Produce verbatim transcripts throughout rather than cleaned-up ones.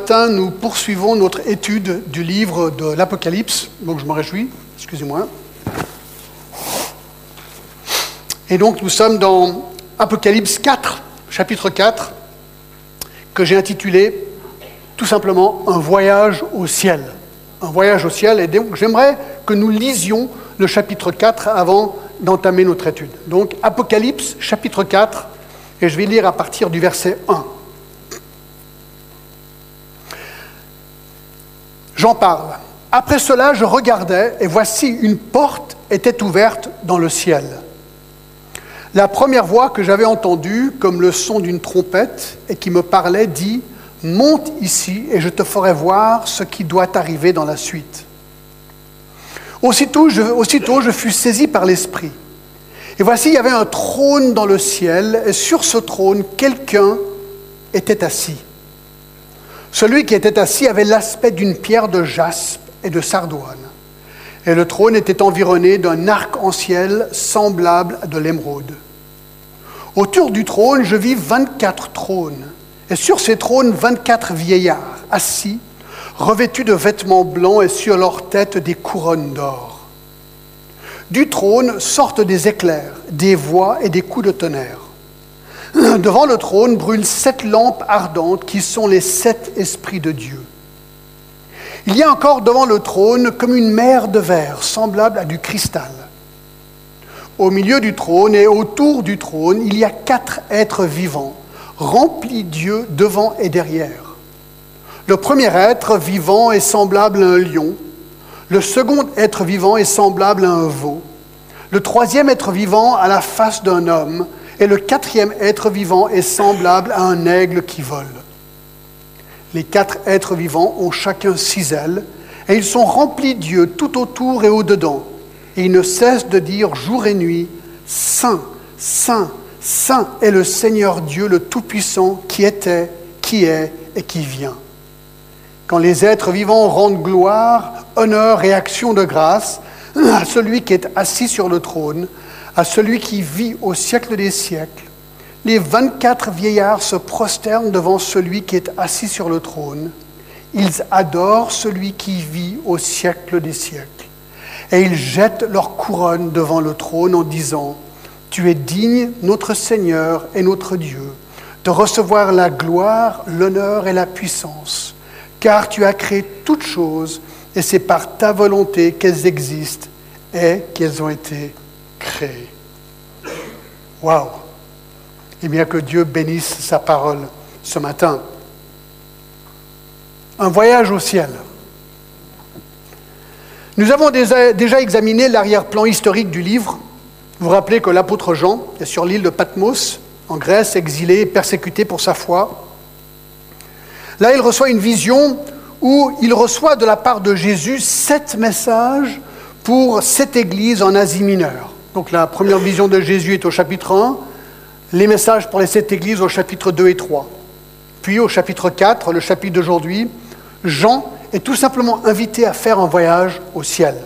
matin, nous poursuivons notre étude du livre de l'Apocalypse, donc je me réjouis, excusez-moi. Et donc nous sommes dans Apocalypse quatre, chapitre quatre, que j'ai intitulé tout simplement « Un voyage au ciel ». Un voyage au ciel, et donc j'aimerais que nous lisions le chapitre quatre avant d'entamer notre étude. Donc Apocalypse, chapitre quatre, et je vais lire à partir du verset un. J'en parle. Après cela, je regardais, et voici une porte était ouverte dans le ciel. La première voix que j'avais entendue, comme le son d'une trompette, et qui me parlait, dit « Monte ici, et je te ferai voir ce qui doit arriver dans la suite. » Aussitôt je, aussitôt, je fus saisi par l'Esprit. Et voici, il y avait un trône dans le ciel, et sur ce trône, quelqu'un était assis. Celui qui était assis avait l'aspect d'une pierre de jaspe et de sardoine. Et le trône était environné d'un arc-en-ciel semblable à de l'émeraude. Autour du trône, je vis vingt-quatre trônes. Et sur ces trônes, vingt-quatre vieillards, assis, revêtus de vêtements blancs et sur leurs têtes des couronnes d'or. Du trône sortent des éclairs, des voix et des coups de tonnerre. Devant le trône brûlent sept lampes ardentes qui sont les sept esprits de Dieu. Il y a encore devant le trône comme une mer de verre semblable à du cristal. Au milieu du trône et autour du trône, il y a quatre êtres vivants, remplis d'yeux devant et derrière. Le premier être vivant est semblable à un lion. Le second être vivant est semblable à un veau. Le troisième être vivant a la face d'un homme. Et le quatrième être vivant est semblable à un aigle qui vole. Les quatre êtres vivants ont chacun six ailes, et ils sont remplis d'yeux tout autour et au-dedans. Et ils ne cessent de dire jour et nuit, « Saint, Saint, Saint est le Seigneur Dieu le Tout-Puissant, qui était, qui est et qui vient. » Quand les êtres vivants rendent gloire, honneur et action de grâce à celui qui est assis sur le trône, à celui qui vit au siècle des siècles, les vingt-quatre vieillards se prosternent devant celui qui est assis sur le trône. Ils adorent celui qui vit au siècle des siècles. Et ils jettent leur couronne devant le trône en disant « Tu es digne, notre Seigneur et notre Dieu, de recevoir la gloire, l'honneur et la puissance, car tu as créé toutes choses, et c'est par ta volonté qu'elles existent et qu'elles ont été créées. » Waouh! Eh bien, que Dieu bénisse sa parole ce matin. Un voyage au ciel. Nous avons déjà, déjà examiné l'arrière-plan historique du livre. Vous vous rappelez que l'apôtre Jean est sur l'île de Patmos, en Grèce, exilé et persécuté pour sa foi. Là, il reçoit une vision où il reçoit de la part de Jésus sept messages pour sept églises en Asie mineure. Donc la première vision de Jésus est au chapitre un, les messages pour les sept églises au chapitre deux et trois. Puis au chapitre quatre, le chapitre d'aujourd'hui, Jean est tout simplement invité à faire un voyage au ciel.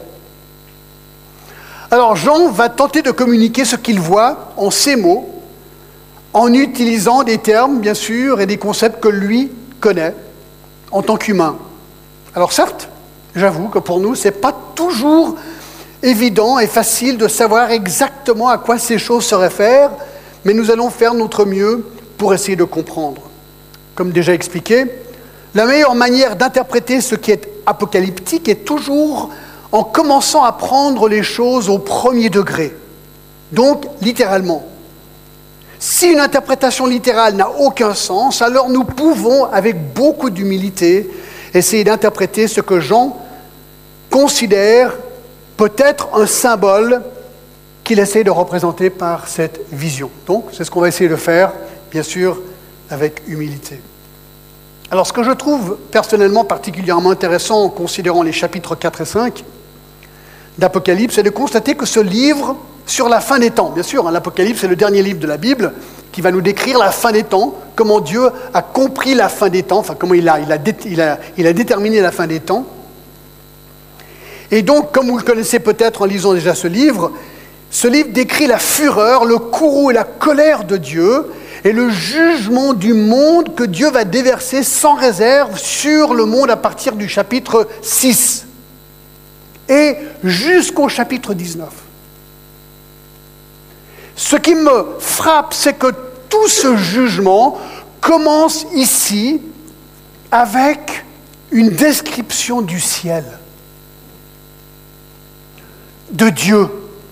Alors Jean va tenter de communiquer ce qu'il voit en ces mots, en utilisant des termes, bien sûr, et des concepts que lui connaît en tant qu'humain. Alors certes, j'avoue que pour nous, ce n'est pas toujours évident et facile de savoir exactement à quoi ces choses se réfèrent, mais nous allons faire notre mieux pour essayer de comprendre. Comme déjà expliqué, la meilleure manière d'interpréter ce qui est apocalyptique est toujours en commençant à prendre les choses au premier degré, donc littéralement. Si une interprétation littérale n'a aucun sens, alors nous pouvons, avec beaucoup d'humilité, essayer d'interpréter ce que Jean considère peut-être un symbole qu'il essaie de représenter par cette vision. Donc, c'est ce qu'on va essayer de faire, bien sûr, avec humilité. Alors, ce que je trouve personnellement particulièrement intéressant en considérant les chapitres quatre et cinq d'Apocalypse, c'est de constater que ce livre, sur la fin des temps, bien sûr, hein, l'Apocalypse, c'est le dernier livre de la Bible qui va nous décrire la fin des temps, comment Dieu a compris la fin des temps, enfin, comment il a, il a, dé, il a, il a déterminé la fin des temps. Et donc, comme vous le connaissez peut-être en lisant déjà ce livre, ce livre décrit la fureur, le courroux et la colère de Dieu, et le jugement du monde que Dieu va déverser sans réserve sur le monde à partir du chapitre six et jusqu'au chapitre dix-neuf. Ce qui me frappe, c'est que tout ce jugement commence ici avec une description du ciel, de Dieu,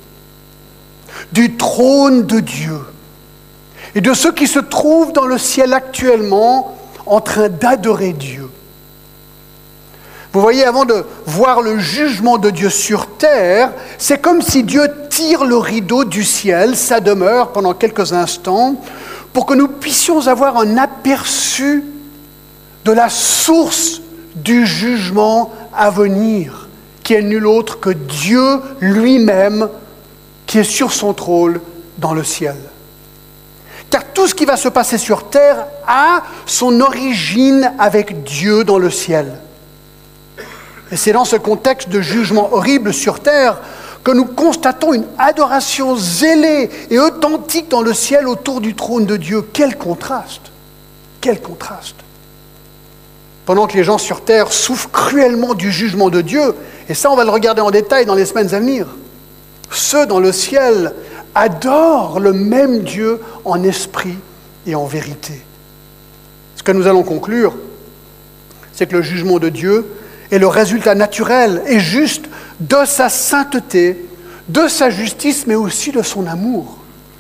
du trône de Dieu et de ceux qui se trouvent dans le ciel actuellement en train d'adorer Dieu. Vous voyez, avant de voir le jugement de Dieu sur terre, c'est comme si Dieu tire le rideau du ciel, sa demeure, pendant quelques instants, pour que nous puissions avoir un aperçu de la source du jugement à venir, qui est nul autre que Dieu lui-même, qui est sur son trône dans le ciel. Car tout ce qui va se passer sur terre a son origine avec Dieu dans le ciel. Et c'est dans ce contexte de jugement horrible sur terre que nous constatons une adoration zélée et authentique dans le ciel autour du trône de Dieu. Quel contraste! Quel contraste! Pendant que les gens sur terre souffrent cruellement du jugement de Dieu, et ça on va le regarder en détail dans les semaines à venir, ceux dans le ciel adorent le même Dieu en esprit et en vérité. Ce que nous allons conclure, c'est que le jugement de Dieu est le résultat naturel et juste de sa sainteté, de sa justice, mais aussi de son amour.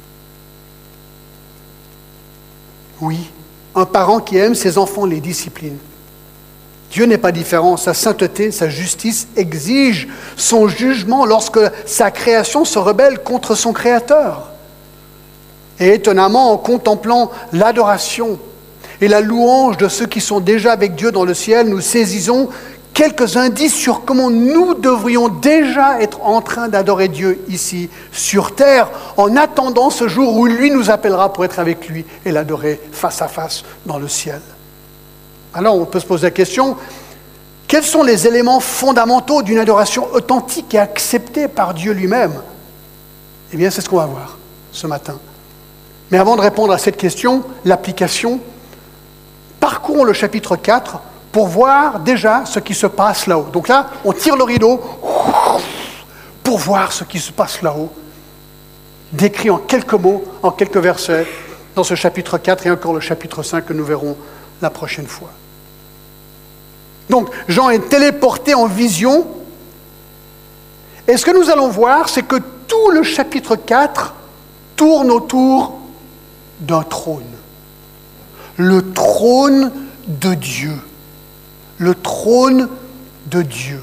Oui, un parent qui aime ses enfants les discipline. Dieu n'est pas différent. Sa sainteté, sa justice exige son jugement lorsque sa création se rebelle contre son Créateur. Et étonnamment, en contemplant l'adoration et la louange de ceux qui sont déjà avec Dieu dans le ciel, nous saisissons quelques indices sur comment nous devrions déjà être en train d'adorer Dieu ici sur terre, en attendant ce jour où lui nous appellera pour être avec lui et l'adorer face à face dans le ciel. Alors on peut se poser la question, quels sont les éléments fondamentaux d'une adoration authentique et acceptée par Dieu lui-même? Eh bien c'est ce qu'on va voir ce matin. Mais avant de répondre à cette question, l'application, parcourons le chapitre quatre pour voir déjà ce qui se passe là-haut. Donc là, on tire le rideau pour voir ce qui se passe là-haut, décrit en quelques mots, en quelques versets, dans ce chapitre quatre et encore le chapitre cinq que nous verrons la prochaine fois. Donc, Jean est téléporté en vision, et ce que nous allons voir, c'est que tout le chapitre quatre tourne autour d'un trône. Le trône de Dieu. Le trône de Dieu.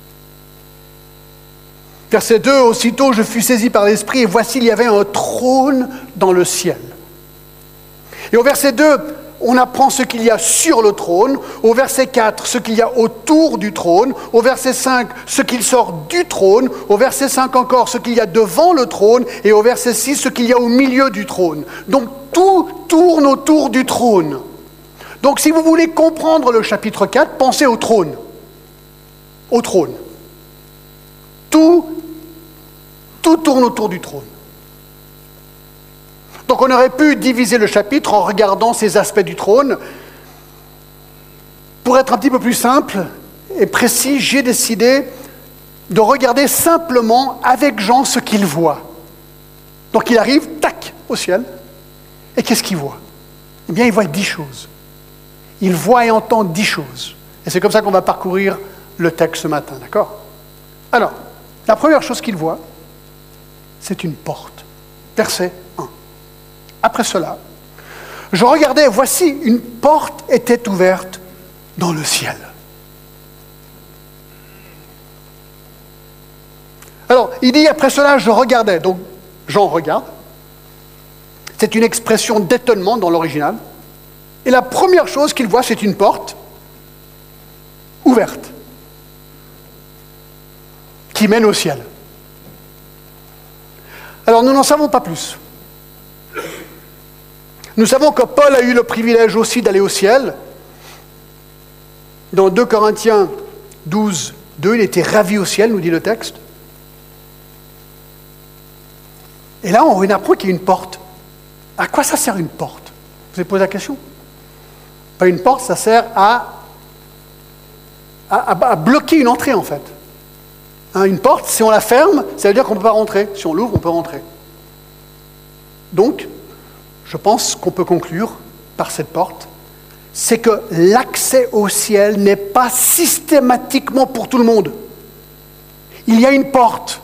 Verset deux, aussitôt je fus saisi par l'Esprit, et voici il y avait un trône dans le ciel. Et au verset deux, on apprend ce qu'il y a sur le trône. Au verset quatre, ce qu'il y a autour du trône. Au verset cinq, ce qu'il sort du trône. Au verset cinq encore, ce qu'il y a devant le trône. Et au verset six, ce qu'il y a au milieu du trône. Donc tout tourne autour du trône. Donc si vous voulez comprendre le chapitre quatre, pensez au trône. Au trône. Tout, tout tourne autour du trône. Donc on aurait pu diviser le chapitre en regardant ces aspects du trône. Pour être un petit peu plus simple et précis, j'ai décidé de regarder simplement avec Jean ce qu'il voit. Donc il arrive, tac, au ciel. Et qu'est-ce qu'il voit? Eh bien, il voit dix choses. Il voit et entend dix choses. Et c'est comme ça qu'on va parcourir le texte ce matin, d'accord? Alors, la première chose qu'il voit, c'est une porte. Verset un. Après cela, je regardais, voici, une porte était ouverte dans le ciel. Alors, il dit, après cela, je regardais. Donc, Jean regarde. C'est une expression d'étonnement dans l'original. Et la première chose qu'il voit, c'est une porte ouverte qui mène au ciel. Alors, nous n'en savons pas plus. Nous savons que Paul a eu le privilège aussi d'aller au ciel. Dans deux Corinthiens douze, deux, il était ravi au ciel, nous dit le texte. Et là, on apprend qu'il y a une porte. À quoi ça sert une porte? Vous avez posé la question? Pas une porte, ça sert à, à, à, à bloquer une entrée en fait. Hein, une porte, si on la ferme, ça veut dire qu'on ne peut pas rentrer. Si on l'ouvre, on peut rentrer. Donc, je pense qu'on peut conclure par cette porte, c'est que l'accès au ciel n'est pas systématiquement pour tout le monde. Il y a une porte.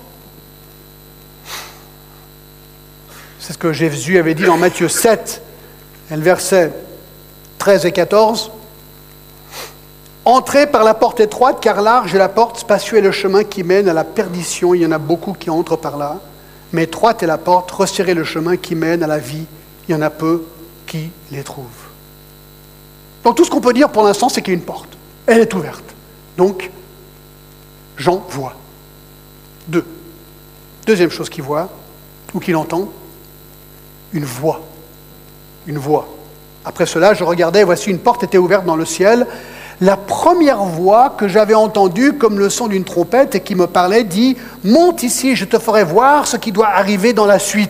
C'est ce que Jésus avait dit dans Matthieu sept, et le verset treize et quatorze. Entrez par la porte étroite, car large est la porte, spacieux est le chemin qui mène à la perdition. Il y en a beaucoup qui entrent par là. Mais étroite est la porte, resserrez le chemin qui mène à la vie. Il y en a peu qui les trouvent. Donc tout ce qu'on peut dire pour l'instant, c'est qu'il y a une porte. Elle est ouverte. Donc, Jean voit. Deux. Deuxième chose qu'il voit, ou qu'il entend, une voix. Une voix. Après cela, je regardais, voici une porte était ouverte dans le ciel. La première voix que j'avais entendue comme le son d'une trompette et qui me parlait dit « Monte ici, je te ferai voir ce qui doit arriver dans la suite. »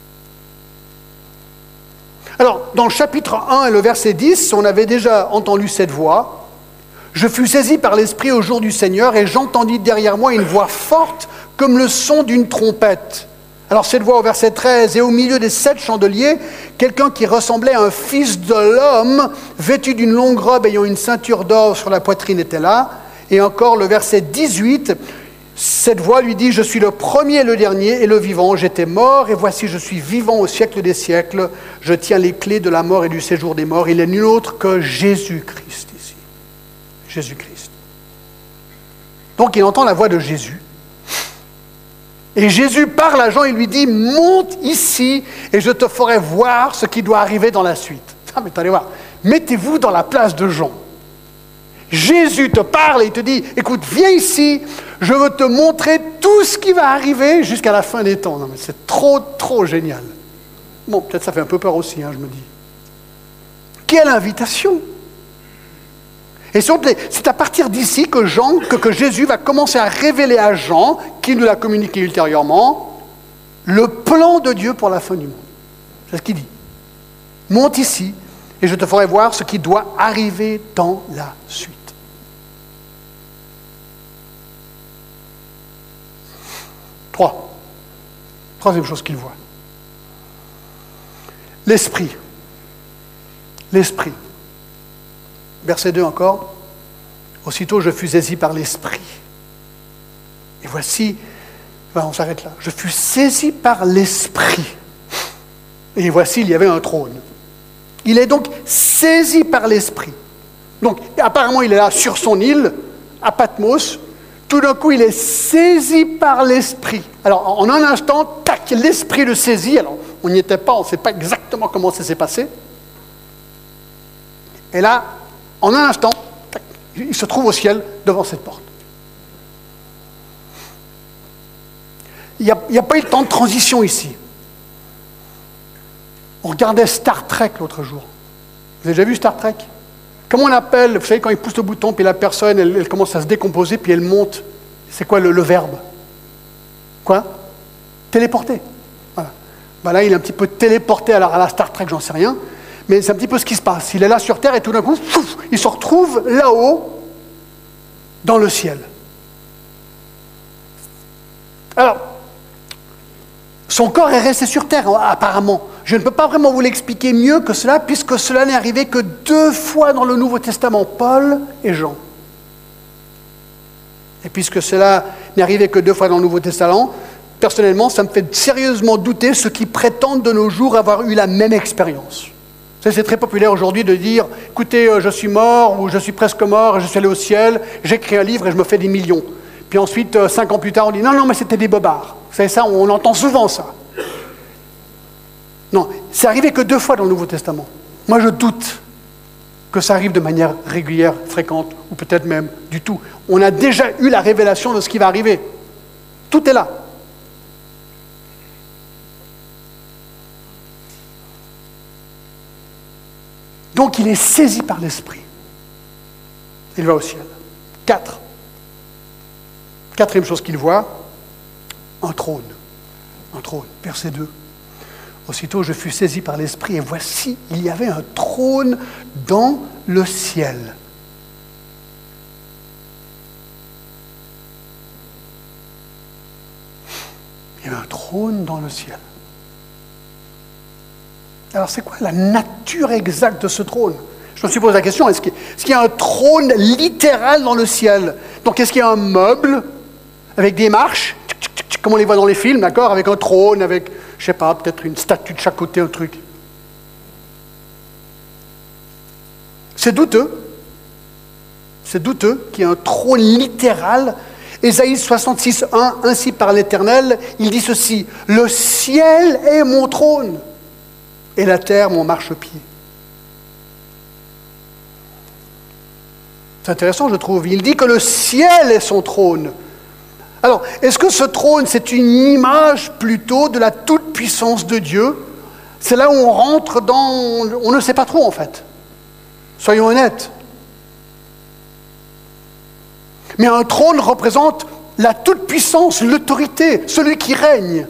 Alors, dans le chapitre un et le verset dix, on avait déjà entendu cette voix. « Je fus saisi par l'Esprit au jour du Seigneur et j'entendis derrière moi une voix forte comme le son d'une trompette. » Alors cette voix au verset treize, « Et au milieu des sept chandeliers, quelqu'un qui ressemblait à un fils de l'homme, vêtu d'une longue robe ayant une ceinture d'or sur la poitrine était là. » Et encore le verset dix-huit, cette voix lui dit « Je suis le premier et le dernier et le vivant. J'étais mort et voici je suis vivant au siècle des siècles. Je tiens les clés de la mort et du séjour des morts. Il n'est nul autre que Jésus-Christ ici. » Jésus-Christ. Donc il entend la voix de Jésus. Et Jésus parle à Jean et lui dit « Monte ici et je te ferai voir ce qui doit arriver dans la suite. » Ah mais allez voir, mettez-vous dans la place de Jean. Jésus te parle et il te dit « Écoute, viens ici, je veux te montrer tout ce qui va arriver jusqu'à la fin des temps. » Non mais c'est trop, trop génial. Bon, peut-être ça fait un peu peur aussi, hein, je me dis. Quelle invitation! Et c'est à partir d'ici que, Jean, que, que Jésus va commencer à révéler à Jean, qui nous l'a communiqué ultérieurement, le plan de Dieu pour la fin du monde. C'est ce qu'il dit. Monte ici et je te ferai voir ce qui doit arriver dans la suite. Trois. Troisième chose qu'il voit. L'esprit. L'esprit. Verset deux encore. Aussitôt je fus saisi par l'Esprit. Et voici, enfin, on s'arrête là. Je fus saisi par l'Esprit. Et voici, il y avait un trône. Il est donc saisi par l'Esprit. Donc, apparemment, il est là sur son île, à Patmos. Tout d'un coup, il est saisi par l'Esprit. Alors, en un instant, tac, l'Esprit le saisit. Alors, on n'y était pas, on ne sait pas exactement comment ça s'est passé. Et là, en un instant, tac, il se trouve au ciel devant cette porte. Il n'y a, il n'y a pas eu de temps de transition ici. On regardait Star Trek l'autre jour. Vous avez déjà vu Star Trek? Comment on appelle, vous savez, quand il pousse le bouton, puis la personne, elle, elle commence à se décomposer, puis elle monte. C'est quoi le, le verbe? Quoi? Téléporter. Voilà. Ben là, il est un petit peu téléporté à la, à la Star Trek, j'en sais rien. Mais c'est un petit peu ce qui se passe. Il est là sur Terre et tout d'un coup, pouf, il se retrouve là-haut, dans le ciel. Alors, son corps est resté sur Terre, apparemment. Je ne peux pas vraiment vous l'expliquer mieux que cela, puisque cela n'est arrivé que deux fois dans le Nouveau Testament, Paul et Jean. Et puisque cela n'est arrivé que deux fois dans le Nouveau Testament, personnellement, ça me fait sérieusement douter ceux qui prétendent de nos jours avoir eu la même expérience. C'est très populaire aujourd'hui de dire « Écoutez, je suis mort, ou je suis presque mort, je suis allé au ciel, j'écris un livre et je me fais des millions. » Puis ensuite, cinq ans plus tard, on dit « Non, non, mais c'était des bobards. » Vous savez ça, on entend souvent ça. Non, c'est arrivé que deux fois dans le Nouveau Testament. Moi, je doute que ça arrive de manière régulière, fréquente, ou peut-être même du tout. On a déjà eu la révélation de ce qui va arriver. Tout est là. Donc, il est saisi par l'Esprit. Il va au ciel. Quatre. Quatrième chose qu'il voit, un trône. Un trône. Verset deux. Aussitôt, je fus saisi par l'Esprit, et voici, il y avait un trône dans le ciel. Il y avait un trône dans le ciel. Alors, c'est quoi la nature exacte de ce trône? Je me suis posé la question, est-ce qu'il, est-ce qu'il y a un trône littéral dans le ciel? Donc, est-ce qu'il y a un meuble avec des marches, comme on les voit dans les films, d'accord, avec un trône, avec, je sais pas, peut-être une statue de chaque côté, un truc. C'est douteux. C'est douteux qu'il y ait un trône littéral. Ésaïe soixante-six, un, ainsi par l'Éternel, il dit ceci, « Le ciel est mon trône et la terre mon marchepied. » C'est intéressant, je trouve. Il dit que le ciel est son trône. Alors, est-ce que ce trône, c'est une image plutôt de la toute-puissance de Dieu? C'est là où on rentre dans... On ne sait pas trop, en fait. Soyons honnêtes. Mais un trône représente la toute-puissance, l'autorité, celui qui règne.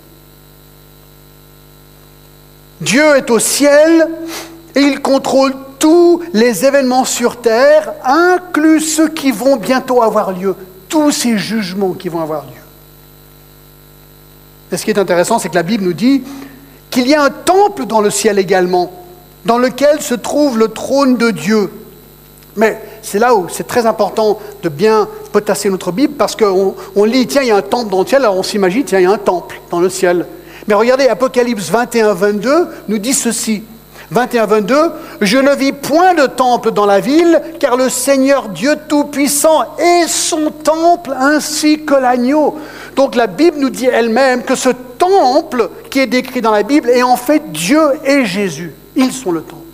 Dieu est au ciel et il contrôle tous les événements sur terre, inclus ceux qui vont bientôt avoir lieu. Tous ces jugements qui vont avoir lieu. Et ce qui est intéressant, c'est que la Bible nous dit qu'il y a un temple dans le ciel également, dans lequel se trouve le trône de Dieu. Mais c'est là où c'est très important de bien potasser notre Bible, parce qu'on on lit, tiens, il y a un temple dans le ciel, alors on s'imagine, tiens, il y a un temple dans le ciel. Mais regardez, Apocalypse vingt et un vingt-deux nous dit ceci. vingt et un vingt-deux, « Je ne vis point de temple dans la ville, car le Seigneur Dieu Tout-Puissant est son temple, ainsi que l'agneau. » Donc la Bible nous dit elle-même que ce temple qui est décrit dans la Bible est en fait Dieu et Jésus. Ils sont le temple.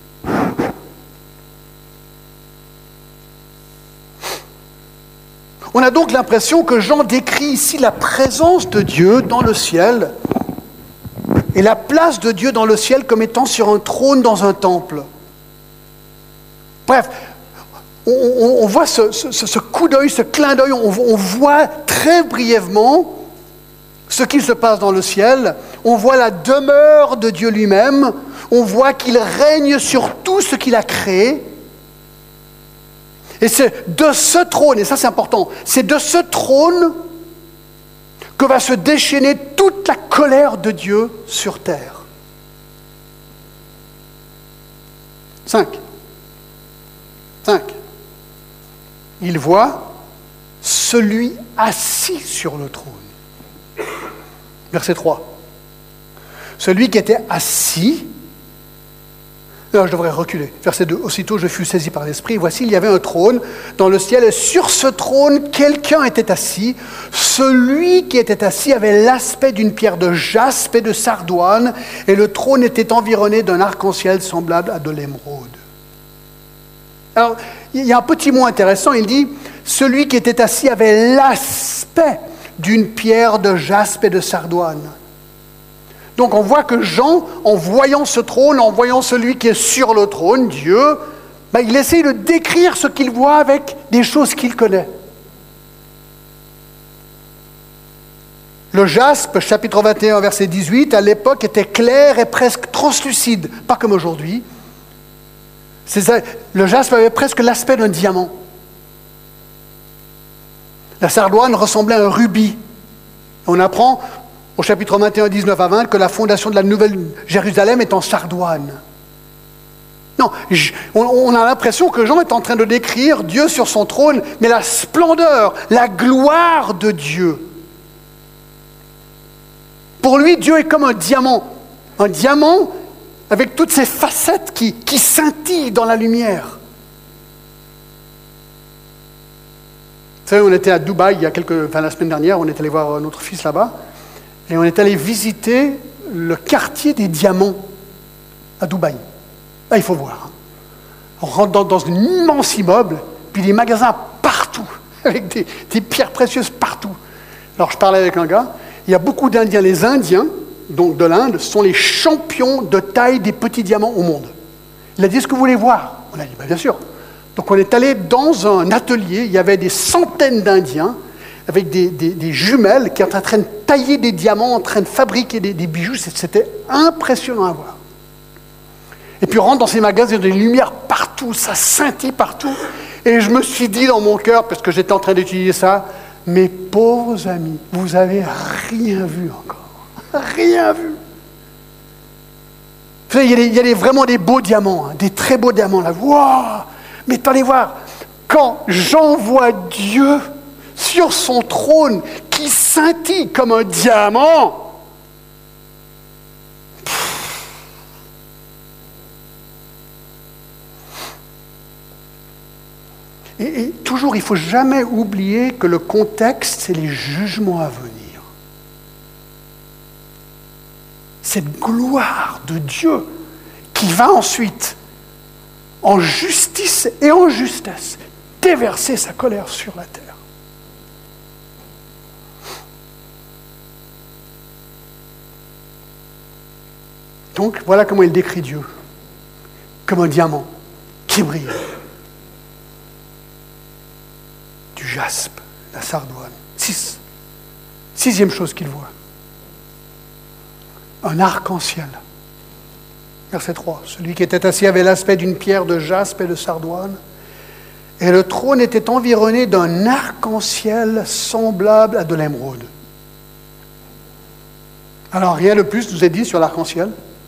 On a donc l'impression que Jean décrit ici la présence de Dieu dans le ciel et la place de Dieu dans le ciel comme étant sur un trône dans un temple. Bref, on, on, on voit ce, ce, ce coup d'œil, ce clin d'œil, on, on voit très brièvement ce qui se passe dans le ciel. On voit la demeure de Dieu lui-même. On voit qu'il règne sur tout ce qu'il a créé. Et c'est de ce trône, et ça c'est important, c'est de ce trône que va se déchaîner toute la colère de Dieu sur terre. Cinq. Cinq. Il voit celui assis sur le trône. Verset trois. Celui qui était assis. Non, je devrais reculer. Verset deux. Aussitôt, je fus saisi par l'Esprit. Voici, il y avait un trône dans le ciel. Et sur ce trône, quelqu'un était assis. Celui qui était assis avait l'aspect d'une pierre de jaspe et de sardoine. Et le trône était environné d'un arc-en-ciel semblable à de l'émeraude. Alors, il y a un petit mot intéressant. Il dit, celui qui était assis avait l'aspect d'une pierre de jaspe et de sardoine. Donc on voit que Jean, en voyant ce trône, en voyant celui qui est sur le trône, Dieu, ben, il essaye de décrire ce qu'il voit avec des choses qu'il connaît. Le jaspe, chapitre vingt et un, verset dix-huit, à l'époque était clair et presque translucide, pas comme aujourd'hui. C'est, le jaspe avait presque l'aspect d'un diamant. La sardoine ressemblait à un rubis. On apprend au chapitre vingt et un, dix-neuf à vingt, que la fondation de la Nouvelle Jérusalem est en sardoine. Non, on, on a l'impression que Jean est en train de décrire Dieu sur son trône, mais la splendeur, la gloire de Dieu. Pour lui, Dieu est comme un diamant. Un diamant avec toutes ses facettes qui, qui scintillent dans la lumière. Vous savez, on était à Dubaï il y a quelques, enfin, la semaine dernière, on est allé voir notre fils là-bas. Et on est allé visiter le quartier des diamants à Dubaï. Là, il faut voir. On rentre dans, dans un immense immeuble, puis des magasins partout, avec des, des pierres précieuses partout. Alors, je parlais avec un gars, il y a beaucoup d'Indiens. Les Indiens, donc de l'Inde, sont les champions de taille des petits diamants au monde. Il a dit, est-ce que vous voulez voir? On a dit, bah, bien sûr. Donc, on est allé dans un atelier, il y avait des centaines d'Indiens, avec des, des, des jumelles qui étaient en train de tailler des diamants, en train de fabriquer des, des bijoux. C'était impressionnant à voir. Et puis on rentre dans ces magasins, il y a des lumières partout, ça scintille partout. Et je me suis dit dans mon cœur, parce que j'étais en train d'étudier ça, mes pauvres amis, vous avez rien vu encore. Rien vu. Vous savez, il y a, des, il y a des, vraiment des beaux diamants, hein, des très beaux diamants là. Waouh! Mais allez voir, quand Jean voit Dieu sur son trône qui scintille comme un diamant, Et, et toujours, il ne faut jamais oublier que le contexte, c'est les jugements à venir. Cette gloire de Dieu qui va ensuite, en justice et en justesse, déverser sa colère sur la terre. Donc, voilà comment il décrit Dieu, comme un diamant qui brille. Du jaspe, la sardoine. Six. Sixième chose qu'il voit. Un arc-en-ciel. Verset trois. Celui qui était assis avait l'aspect d'une pierre de jaspe et de sardoine. Et le trône était environné d'un arc-en-ciel semblable à de l'émeraude. Alors, rien de plus nous est dit sur l'arc-en-ciel.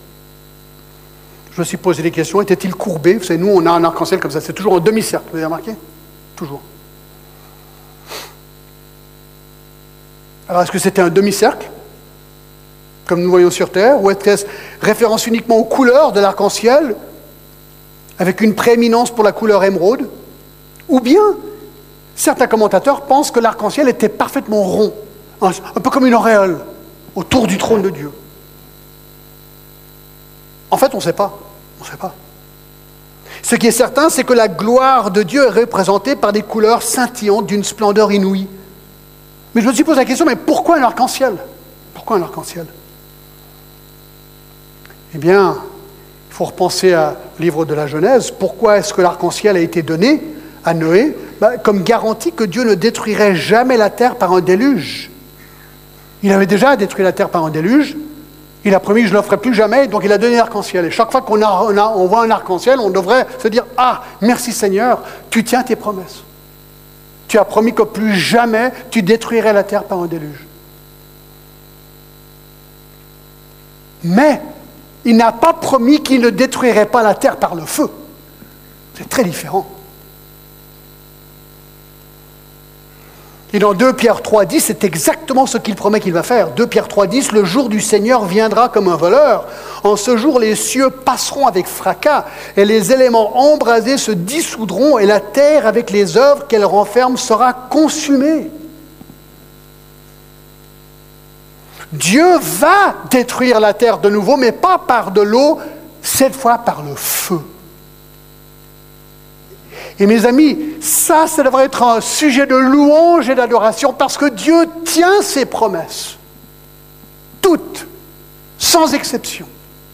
Je me suis posé des questions. Était-il courbé? Vous savez, nous, on a un arc-en-ciel comme ça. C'est toujours un demi-cercle. Vous avez remarqué? Toujours. Alors, est-ce que c'était un demi-cercle, comme nous voyons sur Terre, ou est-ce référence uniquement aux couleurs de l'arc-en-ciel, avec une prééminence pour la couleur émeraude? Ou bien, certains commentateurs pensent que l'arc-en-ciel était parfaitement rond, un, un peu comme une auréole, autour du trône de Dieu. En fait, on ne sait pas. On ne sait pas. Ce qui est certain, c'est que la gloire de Dieu est représentée par des couleurs scintillantes d'une splendeur inouïe. Mais je me suis posé la question, mais pourquoi un arc-en-ciel? Pourquoi un arc-en-ciel? Eh bien, il faut repenser au livre de la Genèse. Pourquoi est-ce que l'arc-en-ciel a été donné à Noé? Ben, comme garantie que Dieu ne détruirait jamais la terre par un déluge. Il avait déjà détruit la terre par un déluge. Il a promis, je ne le ferai plus jamais, donc il a donné l'arc-en-ciel. Et chaque fois qu'on a, on a, on voit un arc-en-ciel, on devrait se dire, ah, merci Seigneur, tu tiens tes promesses. Tu as promis que plus jamais tu détruirais la terre par un déluge. Mais il n'a pas promis qu'il ne détruirait pas la terre par le feu. C'est très différent. Et dans deux Pierre trois dix, c'est exactement ce qu'il promet qu'il va faire. deux Pierre trois dix, le jour du Seigneur viendra comme un voleur. En ce jour, les cieux passeront avec fracas et les éléments embrasés se dissoudront et la terre avec les œuvres qu'elle renferme sera consumée. Dieu va détruire la terre de nouveau, mais pas par de l'eau, cette fois par le feu. Et mes amis, ça, ça devrait être un sujet de louange et d'adoration parce que Dieu tient ses promesses. Toutes, sans exception.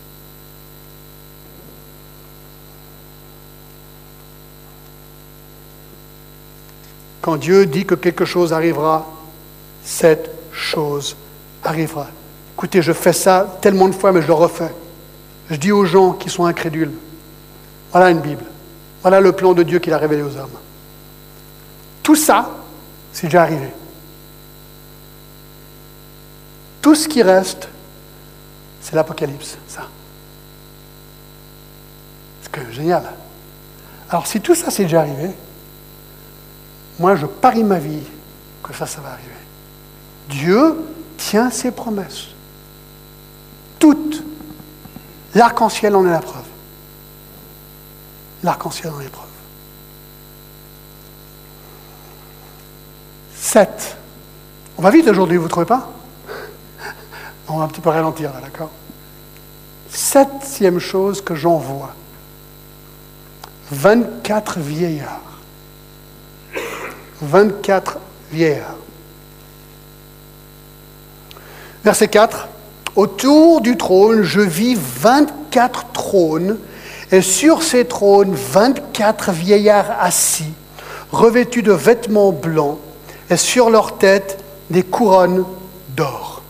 Quand Dieu dit que quelque chose arrivera, cette chose arrivera. Écoutez, je fais ça tellement de fois, mais je le refais. Je dis aux gens qui sont incrédules, voilà une Bible. Voilà le plan de Dieu qu'il a révélé aux hommes. Tout ça, c'est déjà arrivé. Tout ce qui reste, c'est l'Apocalypse, ça. C'est quand même génial. Alors, si tout ça, c'est déjà arrivé, moi, je parie ma vie que ça, ça va arriver. Dieu tient ses promesses. Toutes. L'arc-en-ciel en est la preuve. L'arc-en-ciel en est preuve. Sept. On va vite aujourd'hui, vous ne trouvez pas? On va un petit peu ralentir là, d'accord? Septième chose que j'en vois. vingt-quatre vieillards. vingt-quatre vieillards. Verset quatre. Autour du trône, je vis vingt-quatre trônes, et sur ces trônes, vingt-quatre vieillards assis, revêtus de vêtements blancs, et sur leurs têtes, des couronnes d'or.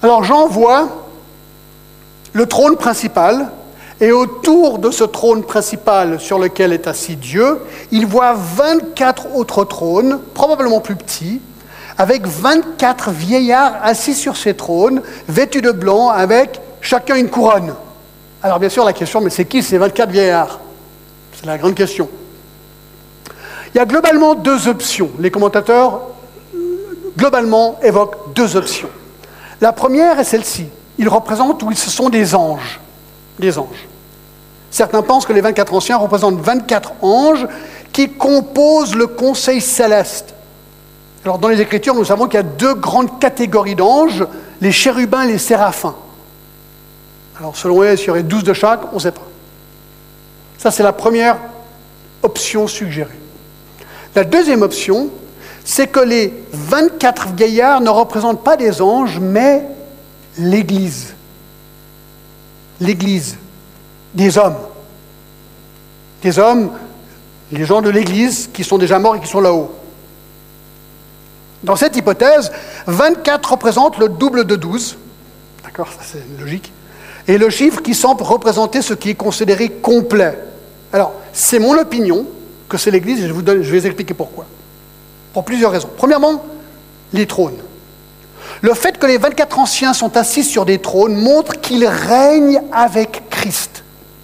Alors Jean voit le trône principal, et autour de ce trône principal sur lequel est assis Dieu, il voit vingt-quatre autres trônes, probablement plus petits, avec vingt-quatre vieillards assis sur ces trônes, vêtus de blanc, avec chacun une couronne. Alors bien sûr, la question, mais c'est qui ces vingt-quatre vieillards? C'est la grande question. Il y a globalement deux options. Les commentateurs, globalement, évoquent deux options. La première est celle-ci. Ils représentent, ou ce sont des anges. Des anges. Certains pensent que les vingt-quatre anciens représentent vingt-quatre anges qui composent le conseil céleste. Alors dans les Écritures, nous savons qu'il y a deux grandes catégories d'anges, les chérubins et les séraphins. Alors selon eux, s'il y aurait douze de chaque, on ne sait pas. Ça, c'est la première option suggérée. La deuxième option, c'est que les vingt-quatre vieillards ne représentent pas des anges, mais l'Église. L'Église. Des hommes. Des hommes, les gens de l'Église qui sont déjà morts et qui sont là-haut. Dans cette hypothèse, vingt-quatre représente le double de douze. D'accord, ça c'est logique. Et le chiffre qui semble représenter ce qui est considéré complet. Alors, c'est mon opinion que c'est l'Église, et je, vous donne, je vais vous expliquer pourquoi. Pour plusieurs raisons. Premièrement, les trônes. Le fait que les vingt-quatre anciens sont assis sur des trônes montre qu'ils règnent avec Christ.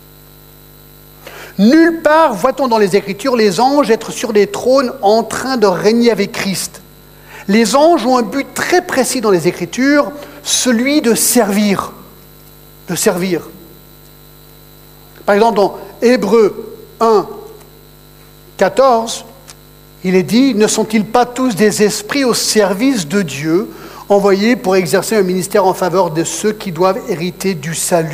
Nulle part voit-on dans les Écritures les anges être sur des trônes en train de régner avec Christ. Les anges ont un but très précis dans les Écritures, celui de servir. De servir. Par exemple, dans Hébreux un, quatorze, il est dit « Ne sont-ils pas tous des esprits au service de Dieu, envoyés pour exercer un ministère en faveur de ceux qui doivent hériter du salut ?»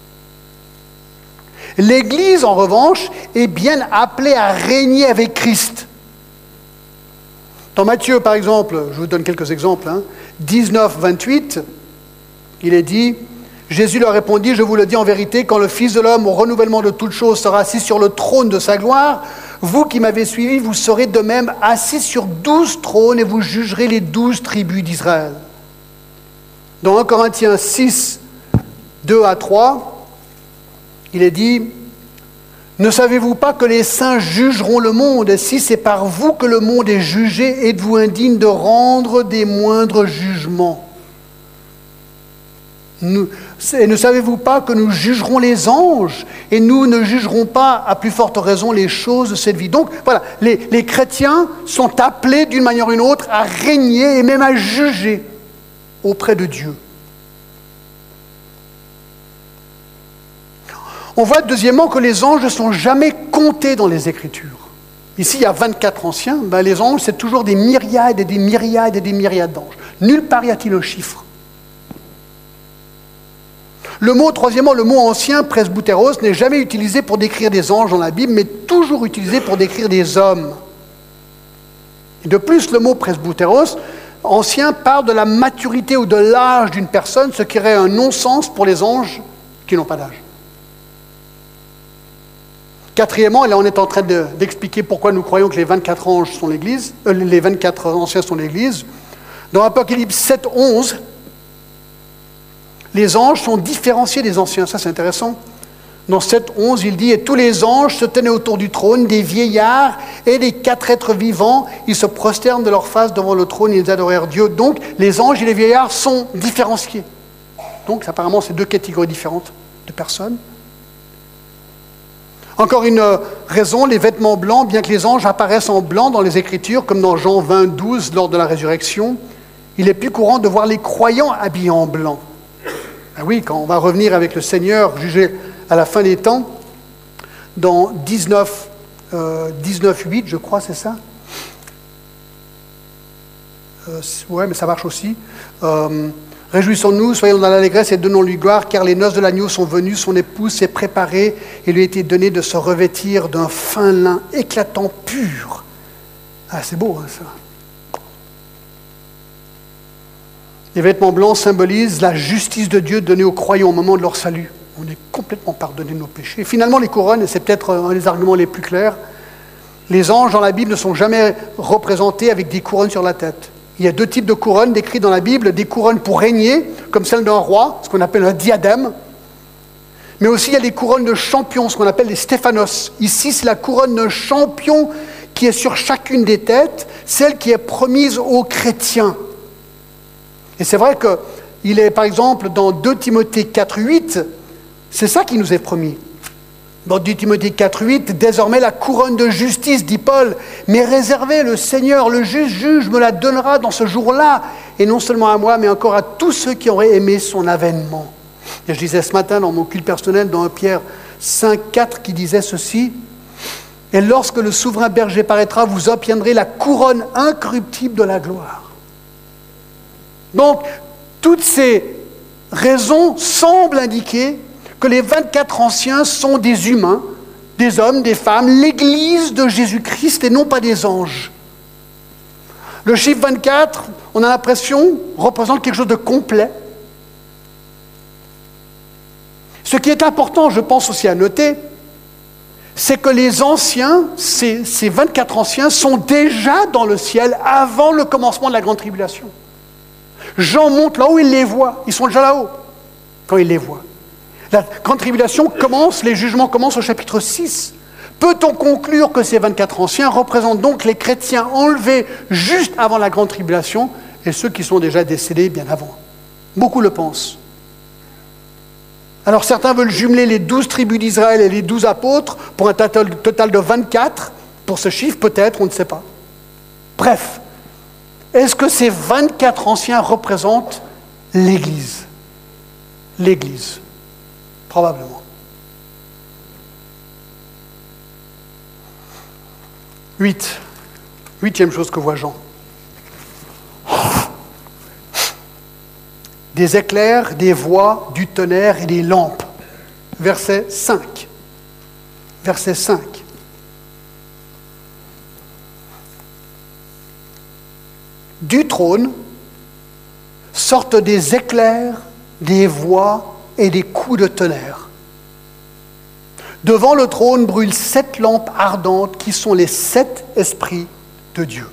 L'Église, en revanche, est bien appelée à régner avec Christ. Dans Matthieu, par exemple, je vous donne quelques exemples, hein, dix-neuf, vingt-huit, il est dit « Jésus leur répondit, je vous le dis en vérité, quand le Fils de l'homme, au renouvellement de toutes choses, sera assis sur le trône de sa gloire, vous qui m'avez suivi, vous serez de même assis sur douze trônes et vous jugerez les douze tribus d'Israël. » Dans un Corinthiens six, deux à trois, il est dit « Ne savez-vous pas que les saints jugeront le monde? Et si c'est par vous que le monde est jugé, êtes-vous indigne de rendre des moindres jugements? Nous, et ne savez-vous pas que nous jugerons les anges et nous ne jugerons pas à plus forte raison les choses de cette vie? » Donc voilà, les, les chrétiens sont appelés d'une manière ou d'une autre à régner et même à juger auprès de Dieu. On voit deuxièmement que les anges ne sont jamais comptés dans les Écritures. Ici, il y a vingt-quatre anciens, ben les anges, c'est toujours des myriades et des myriades et des myriades d'anges. Nulle part y a-t-il un chiffre. Le mot, troisièmement, le mot ancien, presbytéros, n'est jamais utilisé pour décrire des anges dans la Bible, mais toujours utilisé pour décrire des hommes. Et de plus, le mot presbytéros, ancien, parle de la maturité ou de l'âge d'une personne, ce qui aurait un non-sens pour les anges qui n'ont pas d'âge. Quatrièmement, et là on est en train de, d'expliquer pourquoi nous croyons que les vingt-quatre anges sont l'Église, euh, les vingt-quatre anciens sont l'Église. Dans Apocalypse sept, onze, les anges sont différenciés des anciens. Ça, c'est intéressant. Dans sept, onze, il dit « Et tous les anges se tenaient autour du trône, des vieillards et des quatre êtres vivants. Ils se prosternent de leur face devant le trône et ils adorèrent Dieu. » Donc, les anges et les vieillards sont différenciés. Donc, apparemment, c'est deux catégories différentes de personnes. Encore une raison, les vêtements blancs, bien que les anges apparaissent en blanc dans les Écritures, comme dans Jean vingt, douze, lors de la résurrection, il est plus courant de voir les croyants habillés en blanc. Ben oui, quand on va revenir avec le Seigneur, jugé à la fin des temps, dans dix-neuf, euh, dix-neuf huit, je crois, c'est ça euh, Ouais, mais ça marche aussi. Euh, Réjouissons-nous, soyons dans l'allégresse et donnons-lui gloire, car les noces de l'agneau sont venues, son épouse s'est préparée, et lui a été donné de se revêtir d'un fin lin éclatant pur. Ah, c'est beau, hein, ça. Les vêtements blancs symbolisent la justice de Dieu donnée aux croyants au moment de leur salut. On est complètement pardonné de nos péchés. Et finalement, les couronnes, et c'est peut-être un des arguments les plus clairs, les anges dans la Bible ne sont jamais représentés avec des couronnes sur la tête. Il y a deux types de couronnes décrites dans la Bible, des couronnes pour régner, comme celle d'un roi, ce qu'on appelle un diadème, mais aussi il y a des couronnes de champions, ce qu'on appelle les stéphanos. Ici, c'est la couronne d'un champion qui est sur chacune des têtes, celle qui est promise aux chrétiens. Et c'est vrai qu'il est, par exemple, dans deux Timothée quatre, huit, c'est ça qui nous est promis. Dans deux Timothée quatre, huit, désormais la couronne de justice, dit Paul, m'est réservée, le Seigneur, le juste juge, me la donnera dans ce jour-là, et non seulement à moi, mais encore à tous ceux qui auraient aimé son avènement. Et je disais ce matin dans mon culte personnel, dans un Pierre cinq, quatre, qui disait ceci, « Et lorsque le souverain berger paraîtra, vous obtiendrez la couronne incorruptible de la gloire. » Donc, toutes ces raisons semblent indiquer que les vingt-quatre anciens sont des humains, des hommes, des femmes, l'Église de Jésus-Christ et non pas des anges. Le chiffre vingt-quatre, on a l'impression, représente quelque chose de complet. Ce qui est important, je pense aussi à noter, c'est que les anciens, ces, ces vingt-quatre anciens, sont déjà dans le ciel avant le commencement de la grande tribulation. Jean monte là-haut, il les voit. Ils sont déjà là-haut quand il les voit. La grande tribulation commence, les jugements commencent au chapitre six. Peut-on conclure que ces vingt-quatre anciens représentent donc les chrétiens enlevés juste avant la grande tribulation et ceux qui sont déjà décédés bien avant? Beaucoup le pensent. Alors certains veulent jumeler les douze tribus d'Israël et les douze apôtres pour un total de vingt-quatre. Pour ce chiffre, peut-être, on ne sait pas. Bref, est-ce que ces vingt-quatre anciens représentent l'Église? L'Église, probablement. Huit. Huitième chose que voit Jean. Des éclairs, des voix, du tonnerre et des lampes. Verset cinq. Verset cinq. Du trône sortent des éclairs, des voix et des coups de tonnerre. Devant le trône brûlent sept lampes ardentes qui sont les sept esprits de Dieu.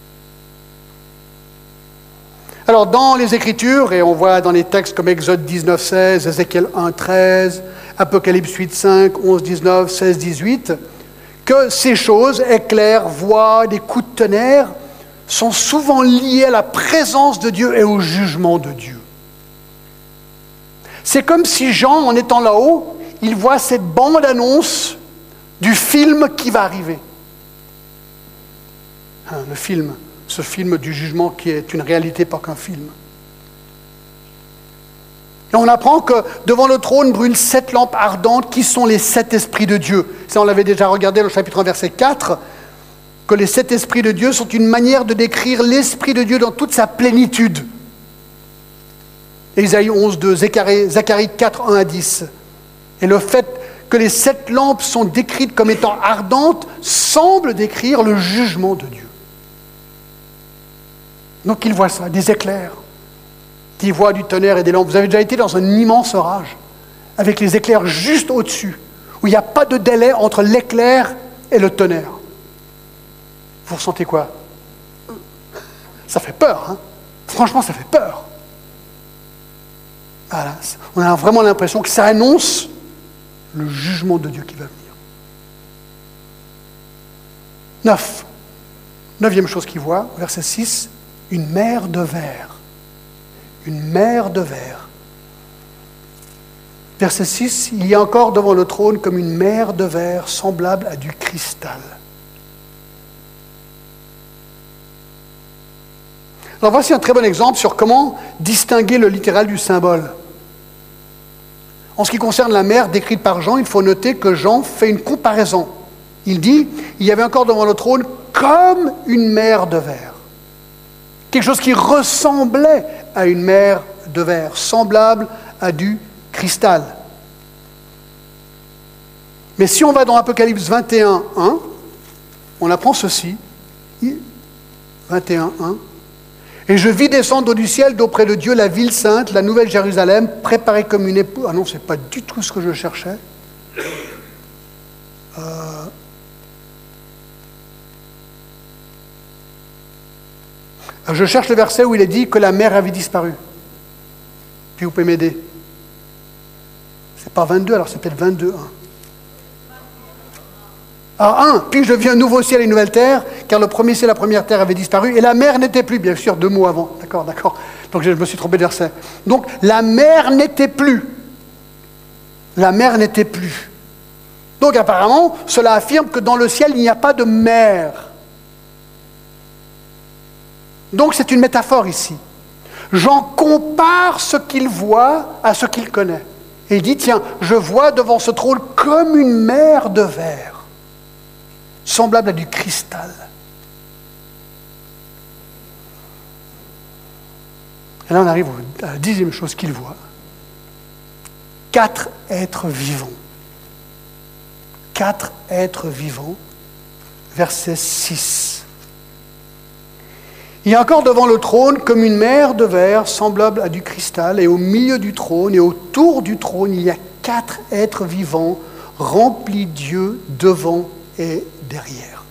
Alors, dans les Écritures, et on voit dans les textes comme Exode dix-neuf, seize, Ézéchiel un, treize, Apocalypse huit, cinq, onze, dix-neuf, seize, dix-huit, que ces choses, éclairs, voix, des coups de tonnerre, sont souvent liées à la présence de Dieu et au jugement de Dieu. C'est comme si Jean, en étant là-haut, il voit cette bande-annonce du film qui va arriver. Hein, le film. Ce film du jugement qui est une réalité, pas qu'un film. Et on apprend que devant le trône brûlent sept lampes ardentes qui sont les sept esprits de Dieu. Ça, on l'avait déjà regardé dans le chapitre un, verset quatre, que les sept esprits de Dieu sont une manière de décrire l'esprit de Dieu dans toute sa plénitude. Ésaïe onze, deux, Zacharie quatre, un à dix. Et le fait que les sept lampes sont décrites comme étant ardentes semble décrire le jugement de Dieu. Donc il voit ça, des éclairs, des voix, du tonnerre et des lampes. Vous avez déjà été dans un immense orage, avec les éclairs juste au-dessus, où il n'y a pas de délai entre l'éclair et le tonnerre. Vous ressentez quoi? Ça fait peur, hein? Franchement, ça fait peur. Voilà. On a vraiment l'impression que ça annonce le jugement de Dieu qui va venir. Neuf. Neuvième chose qu'il voit, verset six. Une mer de verre. Une mer de verre. Verset six, il y a encore devant le trône comme une mer de verre semblable à du cristal. Alors voici un très bon exemple sur comment distinguer le littéral du symbole. En ce qui concerne la mer décrite par Jean, il faut noter que Jean fait une comparaison. Il dit, il y avait encore devant le trône comme une mer de verre. Quelque chose qui ressemblait à une mer de verre, semblable à du cristal. Mais si on va dans Apocalypse vingt et un, un, on apprend ceci. vingt et un, un. Et je vis descendre du ciel d'auprès de Dieu la ville sainte, la nouvelle Jérusalem, préparée comme une épouse. Ah non, ce n'est pas du tout ce que je cherchais. Euh... Je cherche le verset où il est dit que la mer avait disparu. Puis vous pouvez m'aider. C'est pas vingt-deux, alors c'est peut-être vingt-deux. Hein. Ah, un. Puis je vis un nouveau ciel et une nouvelle terre, car le premier ciel et la première terre avaient disparu, et la mer n'était plus, bien sûr, deux mots avant. D'accord, d'accord. Donc je me suis trompé de verset. Donc la mer n'était plus. La mer n'était plus. Donc apparemment, cela affirme que dans le ciel, il n'y a pas de mer. Donc c'est une métaphore ici. Jean compare ce qu'il voit à ce qu'il connaît. Et il dit, tiens, je vois devant ce trône comme une mer de verre, semblable à du cristal. Et là, on arrive à la dixième chose qu'il voit. Quatre êtres vivants. Quatre êtres vivants. Verset six. Il y a encore devant le trône comme une mer de verre semblable à du cristal, et au milieu du trône et autour du trône, il y a quatre êtres vivants remplis d'yeux devant et derrière.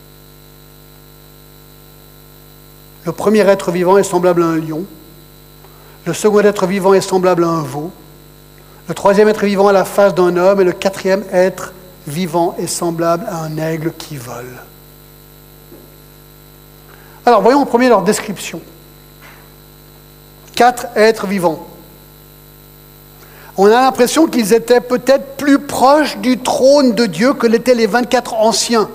Le premier être vivant est semblable à un lion. Le second être vivant est semblable à un veau. Le troisième être vivant a la face d'un homme, et le quatrième être vivant est semblable à un aigle qui vole. Alors, voyons en premier leur description. Quatre êtres vivants. On a l'impression qu'ils étaient peut-être plus proches du trône de Dieu que l'étaient les vingt-quatre anciens.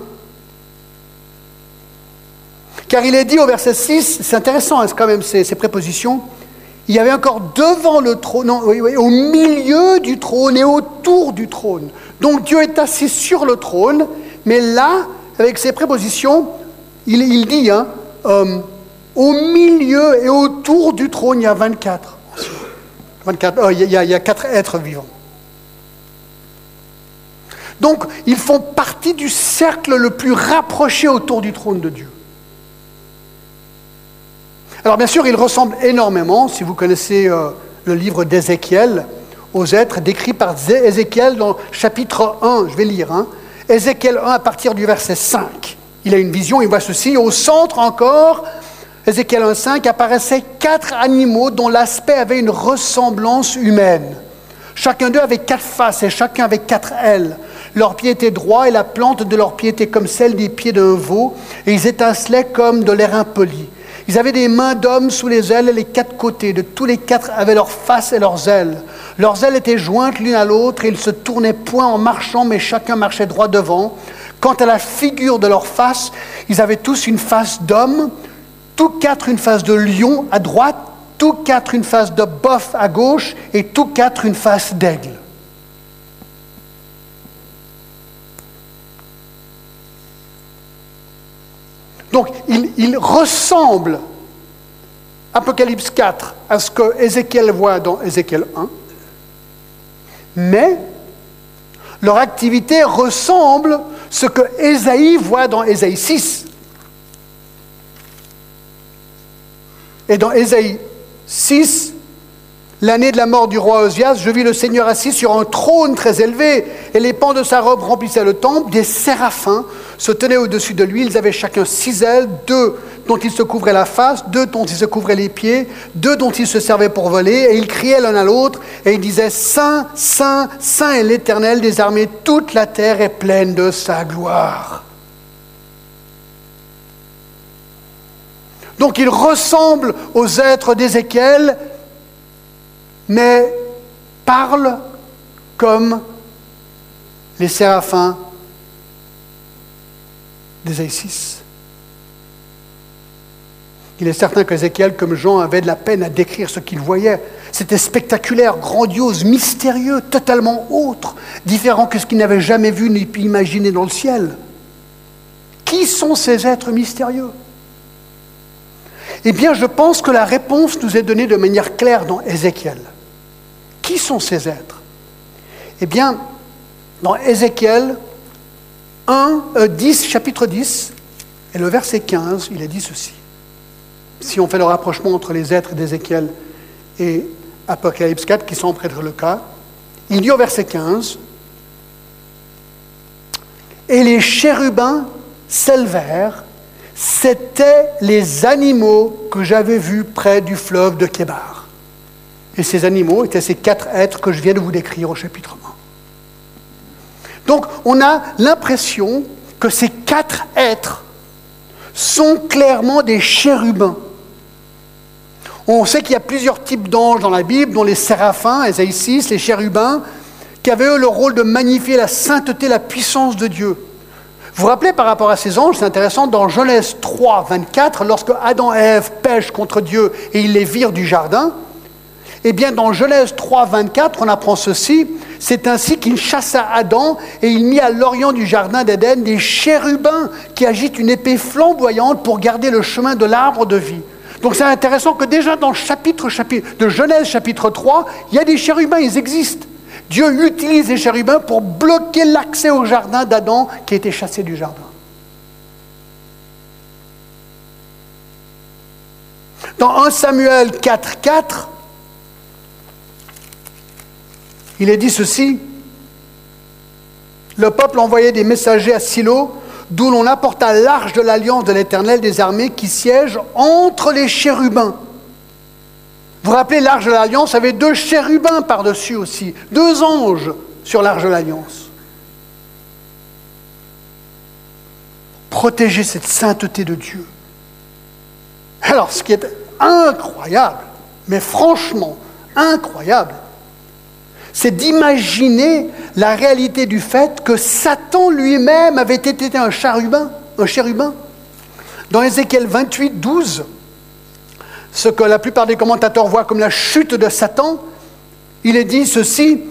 Car il est dit au verset six, c'est intéressant hein, quand même ces, ces prépositions, il y avait encore devant le trône, non, oui, oui, au milieu du trône et autour du trône. Donc Dieu est assis sur le trône, mais là, avec ces prépositions, il, il dit, hein, euh, au milieu et autour du trône, il y a vingt-quatre. vingt-quatre euh, il, y a, il y a quatre êtres vivants. Donc, ils font partie du cercle le plus rapproché autour du trône de Dieu. Alors, bien sûr, ils ressemblent énormément, si vous connaissez euh, le livre d'Ézéchiel, aux êtres décrits par Ézéchiel dans chapitre un. Je vais lire. Hein. Ézéchiel un, à partir du verset cinq. Il a une vision, il voit ceci. Au centre encore, Ézéchiel un, cinq, apparaissaient quatre animaux dont l'aspect avait une ressemblance humaine. Chacun d'eux avait quatre faces et chacun avait quatre ailes. Leurs pieds étaient droits et la plante de leurs pieds était comme celle des pieds d'un veau, et ils étincelaient comme de l'airain poli. Ils avaient des mains d'hommes sous les ailes et les quatre côtés. De tous les quatre avaient leurs faces et leurs ailes. Leurs ailes étaient jointes l'une à l'autre et ils se tournaient point en marchant, mais chacun marchait droit devant. Quant à la figure de leur face, ils avaient tous une face d'homme, tous quatre une face de lion à droite, tous quatre une face de bœuf à gauche et tous quatre une face d'aigle. Donc, il, il ressemble, Apocalypse quatre, à ce que Ézéchiel voit dans Ézéchiel un, mais leur activité ressemble à ce que Ésaïe voit dans Ésaïe six. Et dans Ésaïe six, l'année de la mort du roi Osias, je vis le Seigneur assis sur un trône très élevé, et les pans de sa robe remplissaient le temple. Des séraphins se tenaient au-dessus de lui. Ils avaient chacun six ailes, deux dont ils se couvraient la face, deux dont ils se couvraient les pieds, deux dont ils se servaient pour voler, et ils criaient l'un à l'autre, et ils disaient « Saint, Saint, Saint est l'Éternel des armées, toute la terre est pleine de sa gloire. » Donc ils ressemblent aux êtres d'Ézéchiel, mais parlent comme les séraphins d'Ésaïe six. Il est certain qu'Ézéchiel, comme Jean, avait de la peine à décrire ce qu'il voyait. C'était spectaculaire, grandiose, mystérieux, totalement autre, différent que ce qu'il n'avait jamais vu ni pu imaginer dans le ciel. Qui sont ces êtres mystérieux ? Eh bien, je pense que la réponse nous est donnée de manière claire dans Ézéchiel. Qui sont ces êtres ? Eh bien, dans Ézéchiel un, euh, dix, chapitre dix, et le verset quinze, il est dit ceci. Si on fait le rapprochement entre les êtres d'Ézéchiel et Apocalypse quatre, qui semble être le cas, il dit au verset quinze, « Et les chérubins s'élevèrent, C'étaient les animaux que j'avais vus près du fleuve de Kébar. Et ces animaux étaient ces quatre êtres que je viens de vous décrire au chapitre un. Donc, on a l'impression que ces quatre êtres sont clairement des chérubins. On sait qu'il y a plusieurs types d'anges dans la Bible, dont les séraphins, Ésaïe six, les chérubins, qui avaient eux le rôle de magnifier la sainteté, la puissance de Dieu. Vous vous rappelez par rapport à ces anges, c'est intéressant, dans Genèse trois, vingt-quatre, lorsque Adam et Ève pêchent contre Dieu et ils les virent du jardin, eh bien dans Genèse trois, vingt-quatre, on apprend ceci, c'est ainsi qu'il chassa Adam et il mit à l'orient du jardin d'Éden des chérubins qui agitent une épée flamboyante pour garder le chemin de l'arbre de vie. Donc c'est intéressant que déjà dans le chapitre, chapitre de Genèse chapitre trois, il y a des chérubins, ils existent. Dieu utilise les chérubins pour bloquer l'accès au jardin d'Adam qui a été chassé du jardin. Dans un Samuel quatre, quatre, il est dit ceci, le peuple envoyait des messagers à Silo, d'où l'on apporta l'arche de l'alliance de l'Éternel des armées qui siège entre les chérubins. Vous vous rappelez, l'arche de l'Alliance avait deux chérubins par-dessus aussi, deux anges sur l'arche de l'Alliance. Protéger cette sainteté de Dieu. Alors, ce qui est incroyable, mais franchement incroyable, c'est d'imaginer la réalité du fait que Satan lui-même avait été un chérubin, un chérubin. Dans Ézéchiel vingt-huit, douze, ce que la plupart des commentateurs voient comme la chute de Satan, il est dit ceci,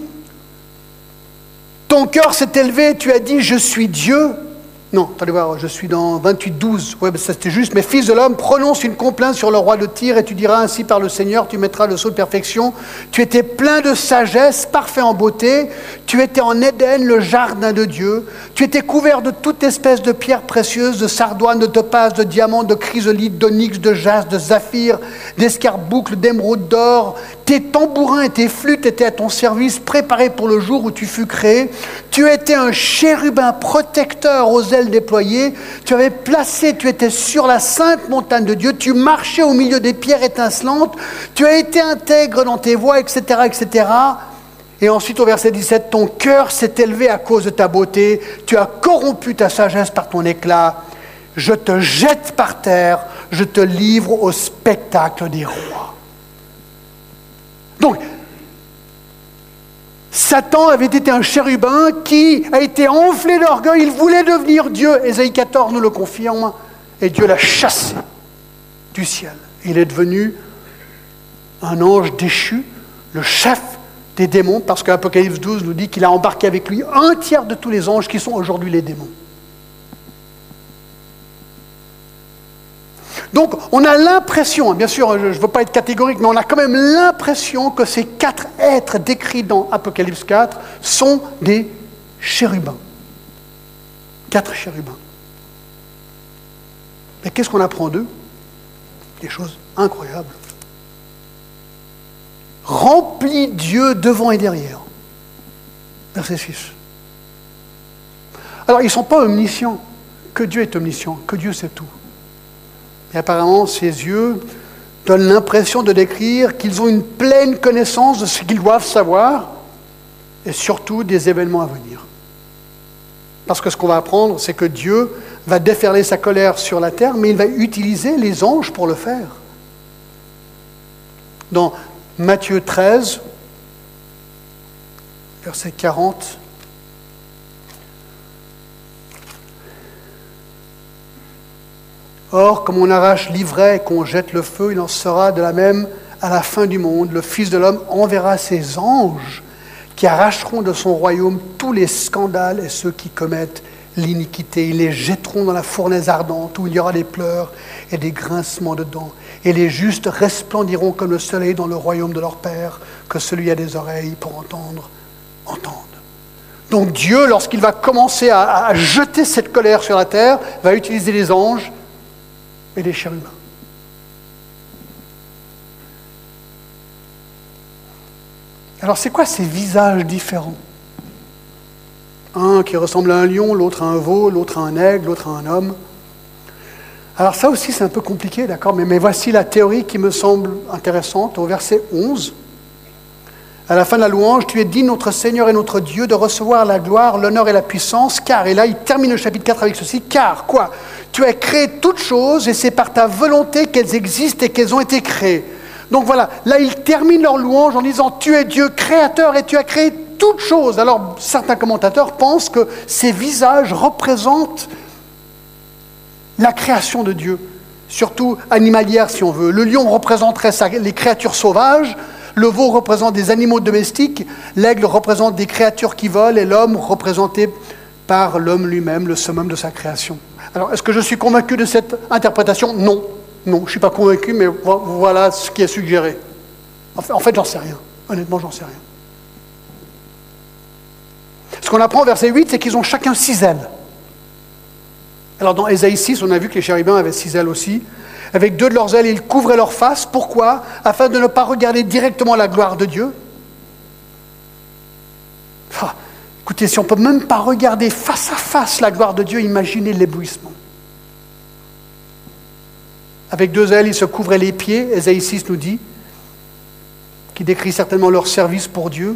« Ton cœur s'est élevé, tu as dit, je suis Dieu. » Non, attendez voir, je suis dans vingt-huit, douze. Oui, ça c'était juste. « Mais fils de l'homme, prononce une complainte sur le roi de Tyr et tu diras ainsi par le Seigneur, tu mettras le sceau de perfection. Tu étais plein de sagesse, parfait en beauté. Tu étais en Éden, le jardin de Dieu. Tu étais couvert de toute espèce de pierres précieuses, de sardoine, de topaze, de diamants, de chrysolite, d'onyx, de jaspe, de saphir, d'escarboucle, d'émeraude d'or. Tes tambourins et tes flûtes étaient à ton service, préparés pour le jour où tu fus créé. Tu étais un chérubin protecteur aux ailes déployées. Tu avais placé, tu étais sur la sainte montagne de Dieu. Tu marchais au milieu des pierres étincelantes. Tu as été intègre dans tes voies, et cetera, et cetera. Et ensuite, au verset dix-sept, ton cœur s'est élevé à cause de ta beauté. Tu as corrompu ta sagesse par ton éclat. Je te jette par terre. Je te livre au spectacle des rois. Donc, Satan avait été un chérubin qui a été enflé d'orgueil, il voulait devenir Dieu. Ésaïe quatorze nous le confirme, et Dieu l'a chassé du ciel. Il est devenu un ange déchu, le chef des démons, parce qu'Apocalypse douze nous dit qu'il a embarqué avec lui un tiers de tous les anges qui sont aujourd'hui les démons. Donc, on a l'impression, bien sûr, je ne veux pas être catégorique, mais on a quand même l'impression que ces quatre êtres décrits dans Apocalypse quatre sont des chérubins. Quatre chérubins. Mais qu'est-ce qu'on apprend d'eux? Des choses incroyables. Remplit Dieu devant et derrière. Verset six. Alors, ils ne sont pas omniscients. Que Dieu est omniscient, que Dieu sait tout. Et apparemment, ces yeux donnent l'impression de décrire qu'ils ont une pleine connaissance de ce qu'ils doivent savoir et surtout des événements à venir. Parce que ce qu'on va apprendre, c'est que Dieu va déferler sa colère sur la terre, mais il va utiliser les anges pour le faire. Dans Matthieu treize, verset quarante, or, comme on arrache l'ivraie et qu'on jette le feu, il en sera de la même à la fin du monde. Le Fils de l'homme enverra ses anges qui arracheront de son royaume tous les scandales et ceux qui commettent l'iniquité. Ils les jetteront dans la fournaise ardente où il y aura des pleurs et des grincements de dents. Et les justes resplendiront comme le soleil dans le royaume de leur Père. Que celui qui a des oreilles pour entendre, entende. Donc Dieu, lorsqu'il va commencer à, à jeter cette colère sur la terre, va utiliser les anges et les chérubins. Alors c'est quoi ces visages différents? Un qui ressemble à un lion, l'autre à un veau, l'autre à un aigle, l'autre à un homme. Alors ça aussi c'est un peu compliqué, d'accord, mais, mais voici la théorie qui me semble intéressante au verset onze. À la fin de la louange, tu es digne, notre Seigneur et notre Dieu, de recevoir la gloire, l'honneur et la puissance, car, et là il termine le chapitre quatre avec ceci, car quoi? Tu as créé toutes choses et c'est par ta volonté qu'elles existent et qu'elles ont été créées. Donc voilà, là ils terminent leur louange en disant tu es Dieu créateur et tu as créé toutes choses. Alors certains commentateurs pensent que ces visages représentent la création de Dieu, surtout animalière si on veut. Le lion représenterait sa, les créatures sauvages, le veau représente des animaux domestiques, l'aigle représente des créatures qui volent et l'homme représenté par l'homme lui-même, le summum de sa création. Alors est-ce que je suis convaincu de cette interprétation? Non, non, je ne suis pas convaincu, mais voilà ce qui est suggéré. En fait, en fait j'en sais rien. Honnêtement, j'en sais rien. Ce qu'on apprend au verset huit, c'est qu'ils ont chacun six ailes. Alors dans Ésaïe six, on a vu que les chérubins avaient six ailes aussi. Avec deux de leurs ailes, ils couvraient leur face. Pourquoi? Afin de ne pas regarder directement la gloire de Dieu. Ah, écoutez, si on ne peut même pas regarder face à face la gloire de Dieu, imaginez l'éblouissement. Avec deux ailes, ils se couvraient les pieds. Ésaïe six nous dit, qui décrit certainement leur service pour Dieu,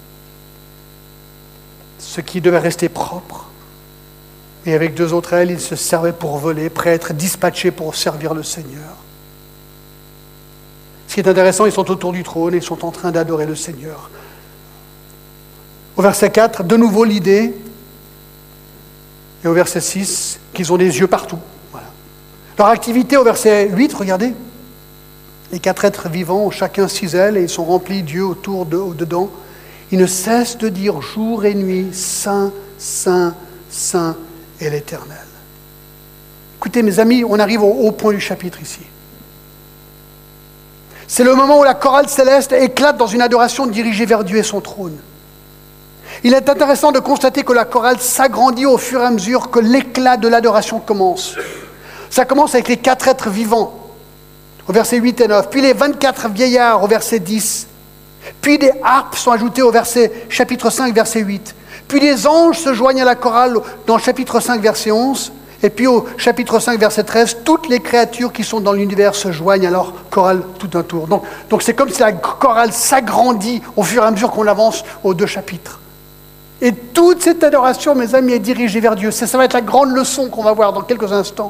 ce qui devait rester propre. Et avec deux autres ailes, ils se servaient pour voler, prêts à être dispatchés pour servir le Seigneur. Ce qui est intéressant, ils sont autour du trône et ils sont en train d'adorer le Seigneur. Au verset quatre, de nouveau l'idée, et au verset six, qu'ils ont des yeux partout. Voilà. Leur activité au verset huit, regardez, les quatre êtres vivants ont chacun six ailes et ils sont remplis d'yeux autour de, au-dedans. Ils ne cessent de dire jour et nuit, Saint, Saint, Saint et l'Éternel. Écoutez mes amis, on arrive au haut point du chapitre ici. C'est le moment où la chorale céleste éclate dans une adoration dirigée vers Dieu et son trône. Il est intéressant de constater que la chorale s'agrandit au fur et à mesure que l'éclat de l'adoration commence. Ça commence avec les quatre êtres vivants, au verset huit et neuf, puis les vingt-quatre vieillards au verset dix, puis des harpes sont ajoutées au verset, chapitre cinq, verset huit. Puis les anges se joignent à la chorale dans le chapitre cinq, verset onze. Et puis au chapitre cinq, verset treize, toutes les créatures qui sont dans l'univers se joignent à leur chorale tout un tour. Donc, donc c'est comme si la chorale s'agrandit au fur et à mesure qu'on avance aux deux chapitres. Et toute cette adoration, mes amis, est dirigée vers Dieu. Ça, ça va être la grande leçon qu'on va voir dans quelques instants.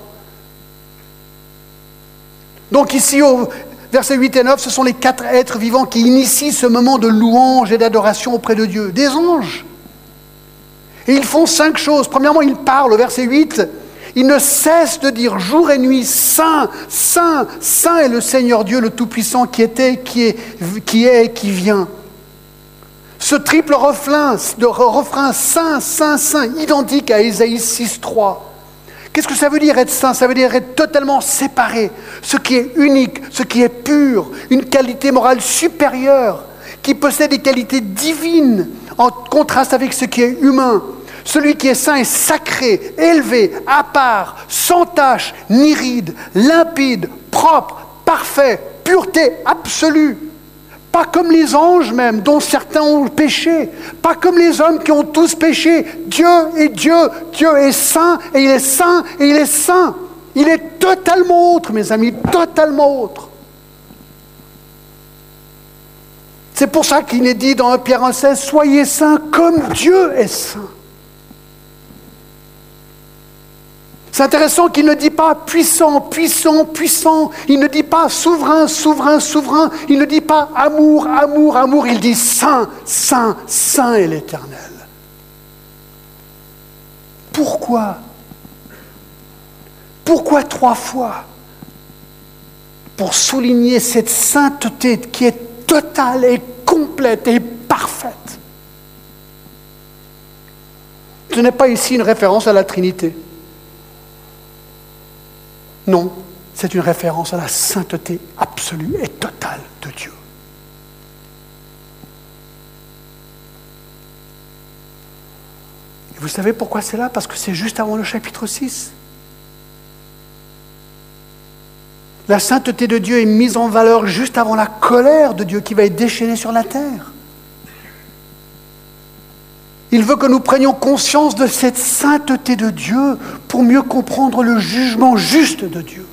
Donc ici, au versets huit et neuf, ce sont les quatre êtres vivants qui initient ce moment de louange et d'adoration auprès de Dieu. Des anges. Et ils font cinq choses. Premièrement, ils parlent au verset huit. Ils ne cessent de dire jour et nuit, Saint, Saint, Saint est le Seigneur Dieu, le Tout-Puissant, qui était, qui est, qui est et qui vient. Ce triple refrain, de refrain Saint, Saint, Saint, identique à Ésaïe six, trois. Qu'est-ce que ça veut dire être saint? Ça veut dire être totalement séparé. Ce qui est unique, ce qui est pur, une qualité morale supérieure, qui possède des qualités divines, en contraste avec ce qui est humain. Celui qui est saint est sacré, élevé, à part, sans tache, ni ride, limpide, propre, parfait, pureté absolue. Pas comme les anges même, dont certains ont péché. Pas comme les hommes qui ont tous péché. Dieu est Dieu, Dieu est saint, et il est saint, et il est saint. Il est totalement autre, mes amis, totalement autre. C'est pour ça qu'il est dit dans un Pierre un seize, soyez saints comme Dieu est saint. C'est intéressant qu'il ne dit pas puissant, puissant, puissant. Il ne dit pas souverain, souverain, souverain. Il ne dit pas amour, amour, amour. Il dit saint, saint, saint est l'Éternel. Pourquoi? Pourquoi trois fois? Pour souligner cette sainteté qui est totale et complète et parfaite. Ce n'est pas ici une référence à la Trinité. Non, c'est une référence à la sainteté absolue et totale de Dieu. Et vous savez pourquoi c'est là? Parce que c'est juste avant le chapitre six. La sainteté de Dieu est mise en valeur juste avant la colère de Dieu qui va être déchaînée sur la terre. Il veut que nous prenions conscience de cette sainteté de Dieu pour mieux comprendre le jugement juste de Dieu.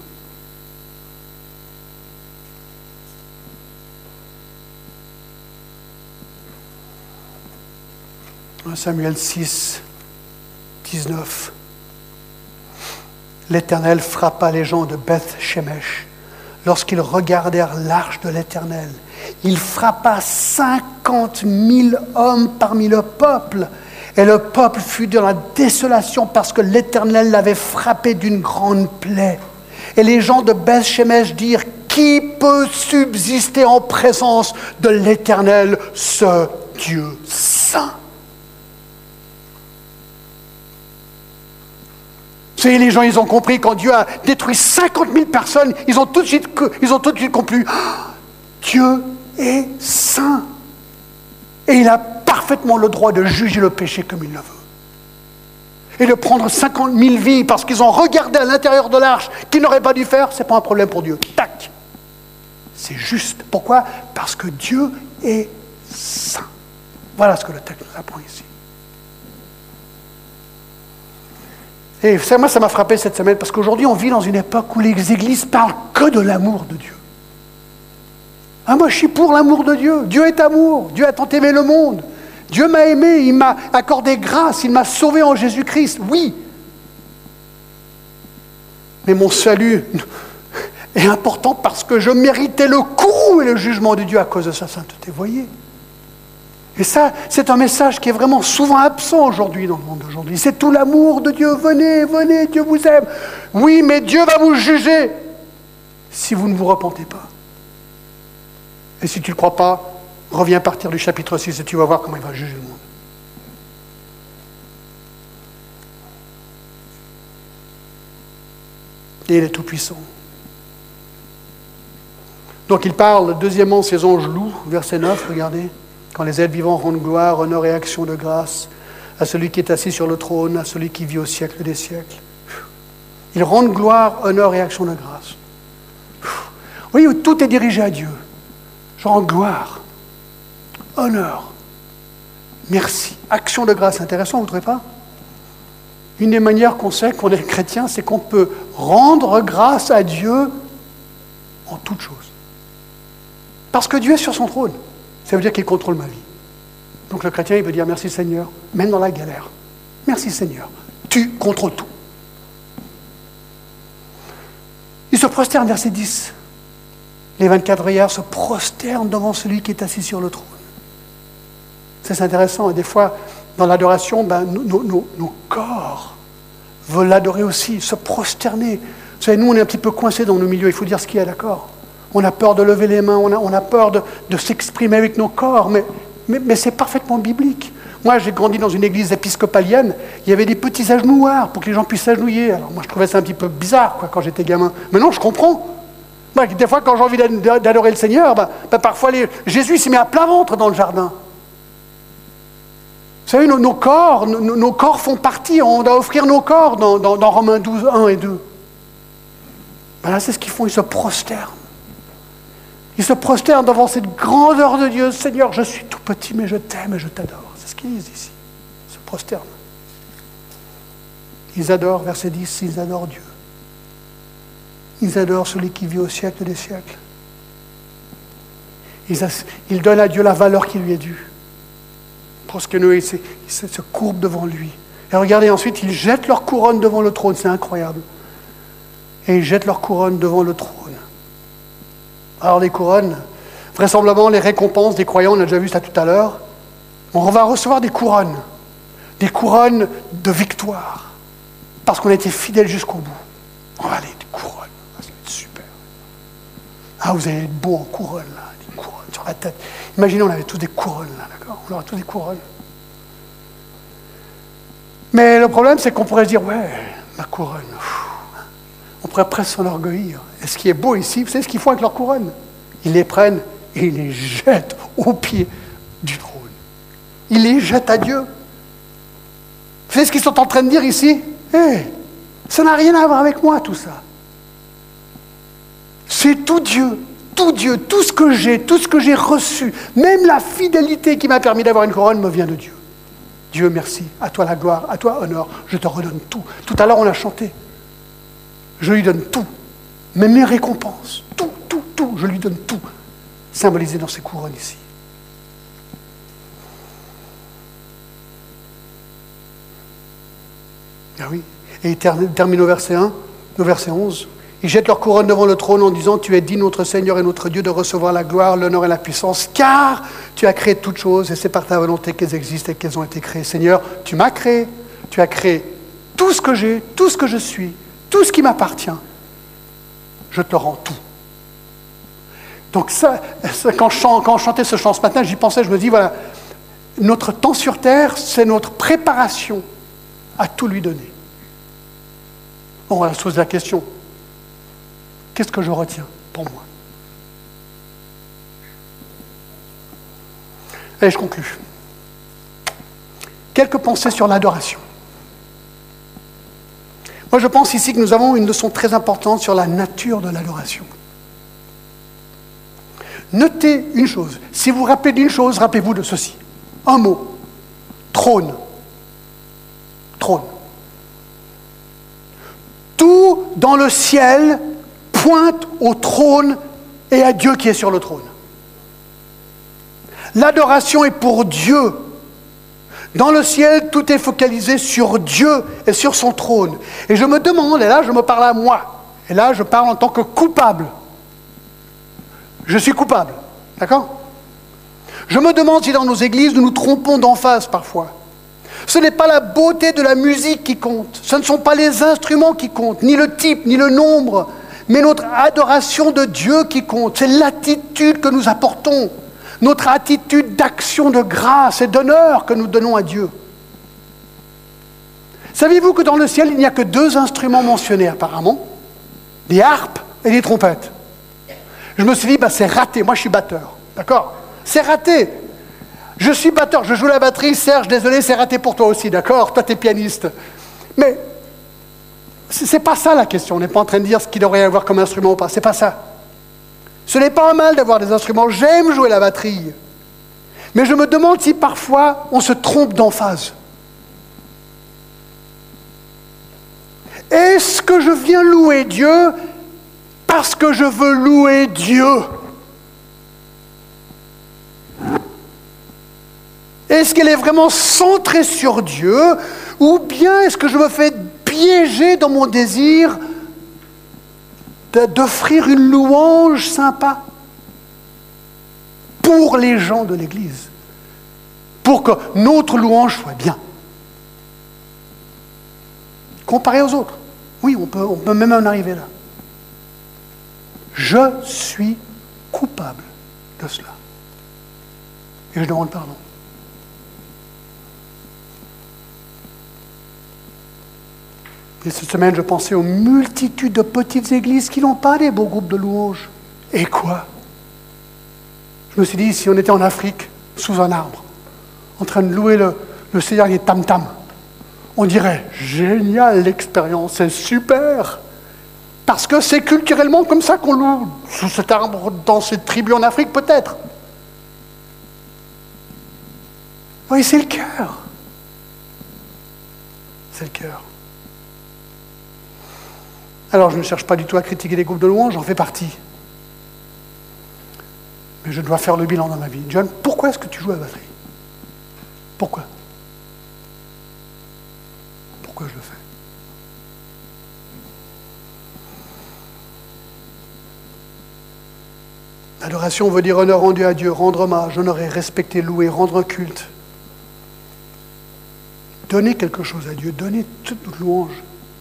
Samuel six, dix-neuf. L'Éternel frappa les gens de Beth-Shemesh lorsqu'ils regardèrent l'arche de l'Éternel. Il frappa cinquante mille hommes parmi le peuple. Et le peuple fut dans la désolation parce que l'Éternel l'avait frappé d'une grande plaie. Et les gens de Beth-Shemesh dirent, qui peut subsister en présence de l'Éternel, ce Dieu saint? Vous savez, les gens, ils ont compris, quand Dieu a détruit cinquante mille personnes, ils ont tout de suite, ils ont tout de suite compris, oh, Dieu est saint. Et il a parfaitement le droit de juger le péché comme il le veut. Et de prendre cinquante mille vies parce qu'ils ont regardé à l'intérieur de l'arche qu'ils n'auraient pas dû faire, ce n'est pas un problème pour Dieu. Tac! C'est juste. Pourquoi? Parce que Dieu est saint. Voilà ce que le texte nous apprend ici. Et ça, moi, ça m'a frappé cette semaine, parce qu'aujourd'hui, on vit dans une époque où les églises parlent que de l'amour de Dieu. Ah, moi, je suis pour l'amour de Dieu. Dieu est amour. Dieu a tant aimé le monde. Dieu m'a aimé, il m'a accordé grâce, il m'a sauvé en Jésus-Christ. Oui. Mais mon salut est important parce que je méritais le courroux et le jugement de Dieu à cause de sa sainteté. Voyez ? Et ça, c'est un message qui est vraiment souvent absent aujourd'hui dans le monde d'aujourd'hui. C'est tout l'amour de Dieu. Venez, venez, Dieu vous aime. Oui, mais Dieu va vous juger si vous ne vous repentez pas. Et si tu ne le crois pas, reviens à partir du chapitre six et tu vas voir comment il va juger le monde. Et il est tout-puissant. Donc il parle, deuxièmement, ces anges loups, verset neuf, regardez. Quand les êtres vivants rendent gloire, honneur et action de grâce à celui qui est assis sur le trône, à celui qui vit au siècle des siècles. Ils rendent gloire, honneur et action de grâce. Oui, tout est dirigé à Dieu. Je rends gloire, honneur, merci, action de grâce. Intéressant, vous ne trouvez pas? Une des manières qu'on sait qu'on est chrétien, c'est qu'on peut rendre grâce à Dieu en toutes choses. Parce que Dieu est sur son trône. Ça veut dire qu'il contrôle ma vie. Donc le chrétien, il peut dire merci Seigneur, même dans la galère. Merci Seigneur, tu contrôles tout. Il se prosterne, verset dix. Les vingt-quatre vieillards se prosternent devant celui qui est assis sur le trône. Ça, c'est intéressant. Et des fois, dans l'adoration, ben, nos, nos, nos corps veulent l'adorer aussi, se prosterner. Vous savez, nous, on est un petit peu coincés dans nos milieux, il faut dire ce qu'il y a, d'accord? On a peur de lever les mains, on a, on a peur de, de s'exprimer avec nos corps, mais, mais, mais c'est parfaitement biblique. Moi, j'ai grandi dans une église épiscopalienne, il y avait des petits agenouillards pour que les gens puissent s'agenouiller. Alors moi, je trouvais ça un petit peu bizarre quoi, quand j'étais gamin. Maintenant, je comprends. Bah, des fois, quand j'ai envie d'adorer le Seigneur, bah, bah, parfois, les... Jésus s'y met à plat ventre dans le jardin. Vous savez, nos, nos corps, nos, nos corps font partie, on doit offrir nos corps dans, dans, dans Romains douze, un et deux. Voilà, c'est ce qu'ils font, ils se prosternent. Ils se prosternent devant cette grandeur de Dieu. Seigneur, je suis tout petit, mais je t'aime et je t'adore. C'est ce qu'ils disent ici. Ils se prosternent. Ils adorent, verset dix, ils adorent Dieu. Ils adorent celui qui vit au siècle des siècles. Ils, as, ils donnent à Dieu la valeur qui lui est due. Parce que nous, ils se, ils se courbent devant lui. Et regardez, ensuite, ils jettent leur couronne devant le trône. C'est incroyable. Et ils jettent leur couronne devant le trône. Alors les couronnes, vraisemblablement les récompenses des croyants, on a déjà vu ça tout à l'heure. On va recevoir des couronnes. Des couronnes de victoire. Parce qu'on a été fidèles jusqu'au bout. On va aller, des couronnes. Ça va être super. Ah, vous allez être beau en couronne, là. Des couronnes sur la tête. Imaginez, on avait tous des couronnes, là, d'accord? On aura tous des couronnes. Mais le problème, c'est qu'on pourrait se dire, ouais, ma couronne, pff, on pourrait presque s'enorgueillir. Et ce qui est beau ici, vous savez ce qu'ils font avec leur couronne? Ils les prennent et ils les jettent au pied du trône. Ils les jettent à Dieu. Vous savez ce qu'ils sont en train de dire ici? Eh, hey, ça n'a rien à voir avec moi, tout ça. C'est tout Dieu, tout Dieu, tout ce que j'ai, tout ce que j'ai reçu, même la fidélité qui m'a permis d'avoir une couronne me vient de Dieu. Dieu, merci. À toi la gloire, à toi honneur. Je te redonne tout. Tout à l'heure, on l'a chanté. Je lui donne tout. Même mes récompenses. Tout, tout, tout. Je lui donne tout. Symbolisé dans ces couronnes ici. Ah oui. Et il termine au verset un, au verset onze. Ils jettent leur couronne devant le trône en disant « Tu es digne, notre Seigneur et notre Dieu, de recevoir la gloire, l'honneur et la puissance, car tu as créé toutes choses et c'est par ta volonté qu'elles existent et qu'elles ont été créées. Seigneur, tu m'as créé, tu as créé tout ce que j'ai, tout ce que je suis, tout ce qui m'appartient. Je te rends tout. » Donc ça, ça quand, je chante, quand je chantais ce chant ce matin, j'y pensais, je me dis, voilà, notre temps sur terre, c'est notre préparation à tout lui donner. Bon, on va se poser la question. Qu'est-ce que je retiens pour moi? Allez, je conclue. Quelques pensées sur l'adoration. Moi, je pense ici que nous avons une leçon très importante sur la nature de l'adoration. Notez une chose. Si vous vous rappelez d'une chose, rappelez-vous de ceci. Un mot. Trône. Trône. Tout dans le ciel pointe au trône et à Dieu qui est sur le trône. L'adoration est pour Dieu. Dans le ciel, tout est focalisé sur Dieu et sur son trône. Et je me demande, et là je me parle à moi, et là je parle en tant que coupable. Je suis coupable, d'accord? Je me demande si dans nos églises nous nous trompons d'emphase parfois. Ce n'est pas la beauté de la musique qui compte, ce ne sont pas les instruments qui comptent, ni le type, ni le nombre, mais notre adoration de Dieu qui compte. C'est l'attitude que nous apportons, notre attitude d'action de grâce et d'honneur que nous donnons à Dieu. Saviez-vous que dans le ciel, il n'y a que deux instruments mentionnés apparemment? Des harpes et des trompettes. Je me suis dit, bah, c'est raté, moi je suis batteur, d'accord? C'est raté. Je suis batteur, je joue la batterie, Serge, désolé, c'est raté pour toi aussi, d'accord? Toi, tu es pianiste. Mais c'est pas ça la question, on n'est pas en train de dire ce qu'il devrait y avoir comme instrument ou pas, c'est pas ça. Ce n'est pas un mal d'avoir des instruments, j'aime jouer la batterie. Mais je me demande si parfois on se trompe d'emphase. Est-ce que je viens louer Dieu parce que je veux louer Dieu? Est-ce qu'elle est vraiment centrée sur Dieu, ou bien est-ce que je me fais piéger dans mon désir d'offrir une louange sympa pour les gens de l'Église, pour que notre louange soit bien, comparée aux autres? Oui, on peut, on peut même en arriver là. Je suis coupable de cela. Et je demande pardon. Et cette semaine, je pensais aux multitudes de petites églises qui n'ont pas des beaux groupes de louanges. Et quoi? Je me suis dit, si on était en Afrique, sous un arbre, en train de louer le, le Seigneur des tam-tam, on dirait, génial l'expérience, c'est super. Parce que c'est culturellement comme ça qu'on loue, sous cet arbre, dans cette tribu en Afrique peut-être. Oui, c'est le cœur. C'est le cœur. Alors, je ne cherche pas du tout à critiquer les groupes de louanges, j'en fais partie. Mais je dois faire le bilan dans ma vie. John, pourquoi est-ce que tu joues à la batterie? Pourquoi? Pourquoi je le fais? L'adoration veut dire honneur rendu à Dieu, rendre hommage, honorer, respecter, louer, rendre un culte. Donner quelque chose à Dieu, donner toute notre louange.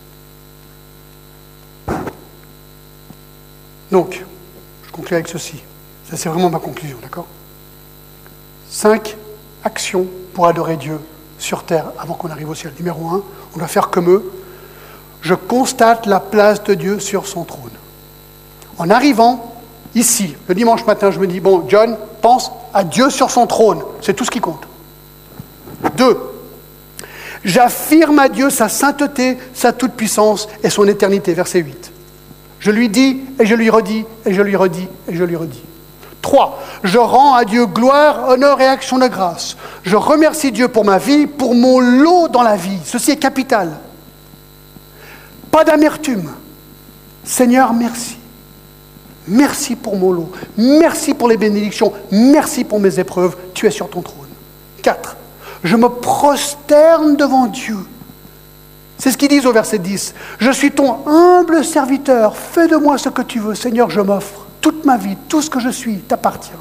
Donc, je conclue avec ceci. Ça, c'est vraiment ma conclusion, d'accord? Cinq actions pour adorer Dieu sur terre avant qu'on arrive au ciel. Numéro un, on doit faire comme eux. Je constate la place de Dieu sur son trône. En arrivant ici, le dimanche matin, je me dis, bon, John, pense à Dieu sur son trône. C'est tout ce qui compte. Deux, j'affirme à Dieu sa sainteté, sa toute-puissance et son éternité. Verset huit. Je lui dis, et je lui redis, et je lui redis, et je lui redis. Trois, je rends à Dieu gloire, honneur et action de grâce. Je remercie Dieu pour ma vie, pour mon lot dans la vie. Ceci est capital. Pas d'amertume. Seigneur, merci. Merci pour mon lot. Merci pour les bénédictions. Merci pour mes épreuves. Tu es sur ton trône. Quatre, je me prosterne devant Dieu. C'est ce qu'ils disent au verset dix. Je suis ton humble serviteur. Fais de moi ce que tu veux. Seigneur, je m'offre. Toute ma vie, tout ce que je suis, t'appartient.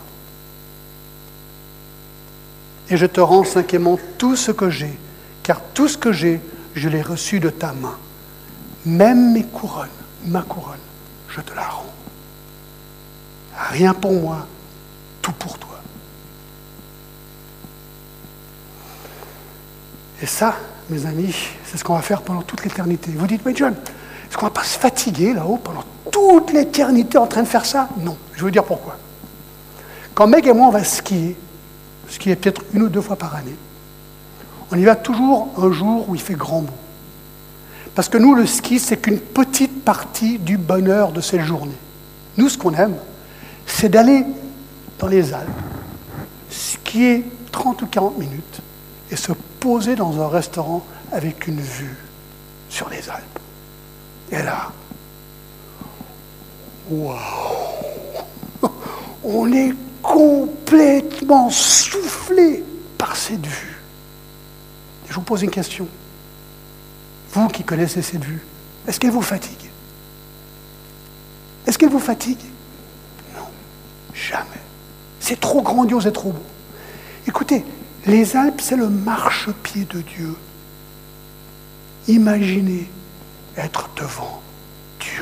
Et je te rends cinquièmement tout ce que j'ai, car tout ce que j'ai, je l'ai reçu de ta main. Même mes couronnes, ma couronne, je te la rends. Rien pour moi, tout pour toi. Et ça, mes amis, c'est ce qu'on va faire pendant toute l'éternité. Vous dites, mais John, est-ce qu'on ne va pas se fatiguer là-haut pendant toute l'éternité en train de faire ça? Non, je vais vous dire pourquoi. Quand Meg et moi, on va skier, skier peut-être une ou deux fois par année, on y va toujours un jour où il fait grand beau. Parce que nous, le ski, c'est qu'une petite partie du bonheur de cette journée. Nous, ce qu'on aime, c'est d'aller dans les Alpes, skier trente ou quarante minutes et se poser dans un restaurant avec une vue sur les Alpes. Et là, waouh! On est complètement soufflé par cette vue. Et je vous pose une question. Vous qui connaissez cette vue, est-ce qu'elle vous fatigue? Est-ce qu'elle vous fatigue? Non, jamais. C'est trop grandiose et trop beau. Écoutez, les Alpes, c'est le marchepied de Dieu. Imaginez être devant Dieu.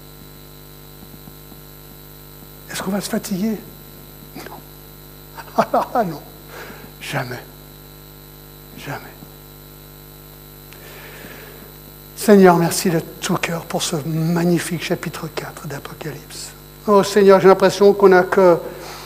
Est-ce qu'on va se fatiguer? Non. Ah non, jamais. Jamais. Seigneur, merci de tout cœur pour ce magnifique chapitre quatre d'Apocalypse. Oh Seigneur, j'ai l'impression qu'on n'a que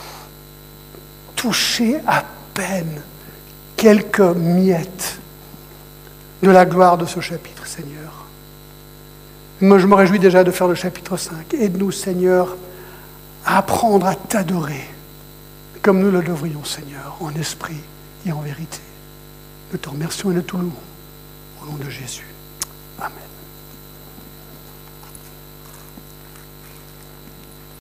touché à peine quelques miettes de la gloire de ce chapitre, Seigneur. Moi, je me réjouis déjà de faire le chapitre cinq. Aide-nous, Seigneur, à apprendre à t'adorer comme nous le devrions, Seigneur, en esprit et en vérité. Nous te remercions et nous te louons au nom de Jésus. Amen.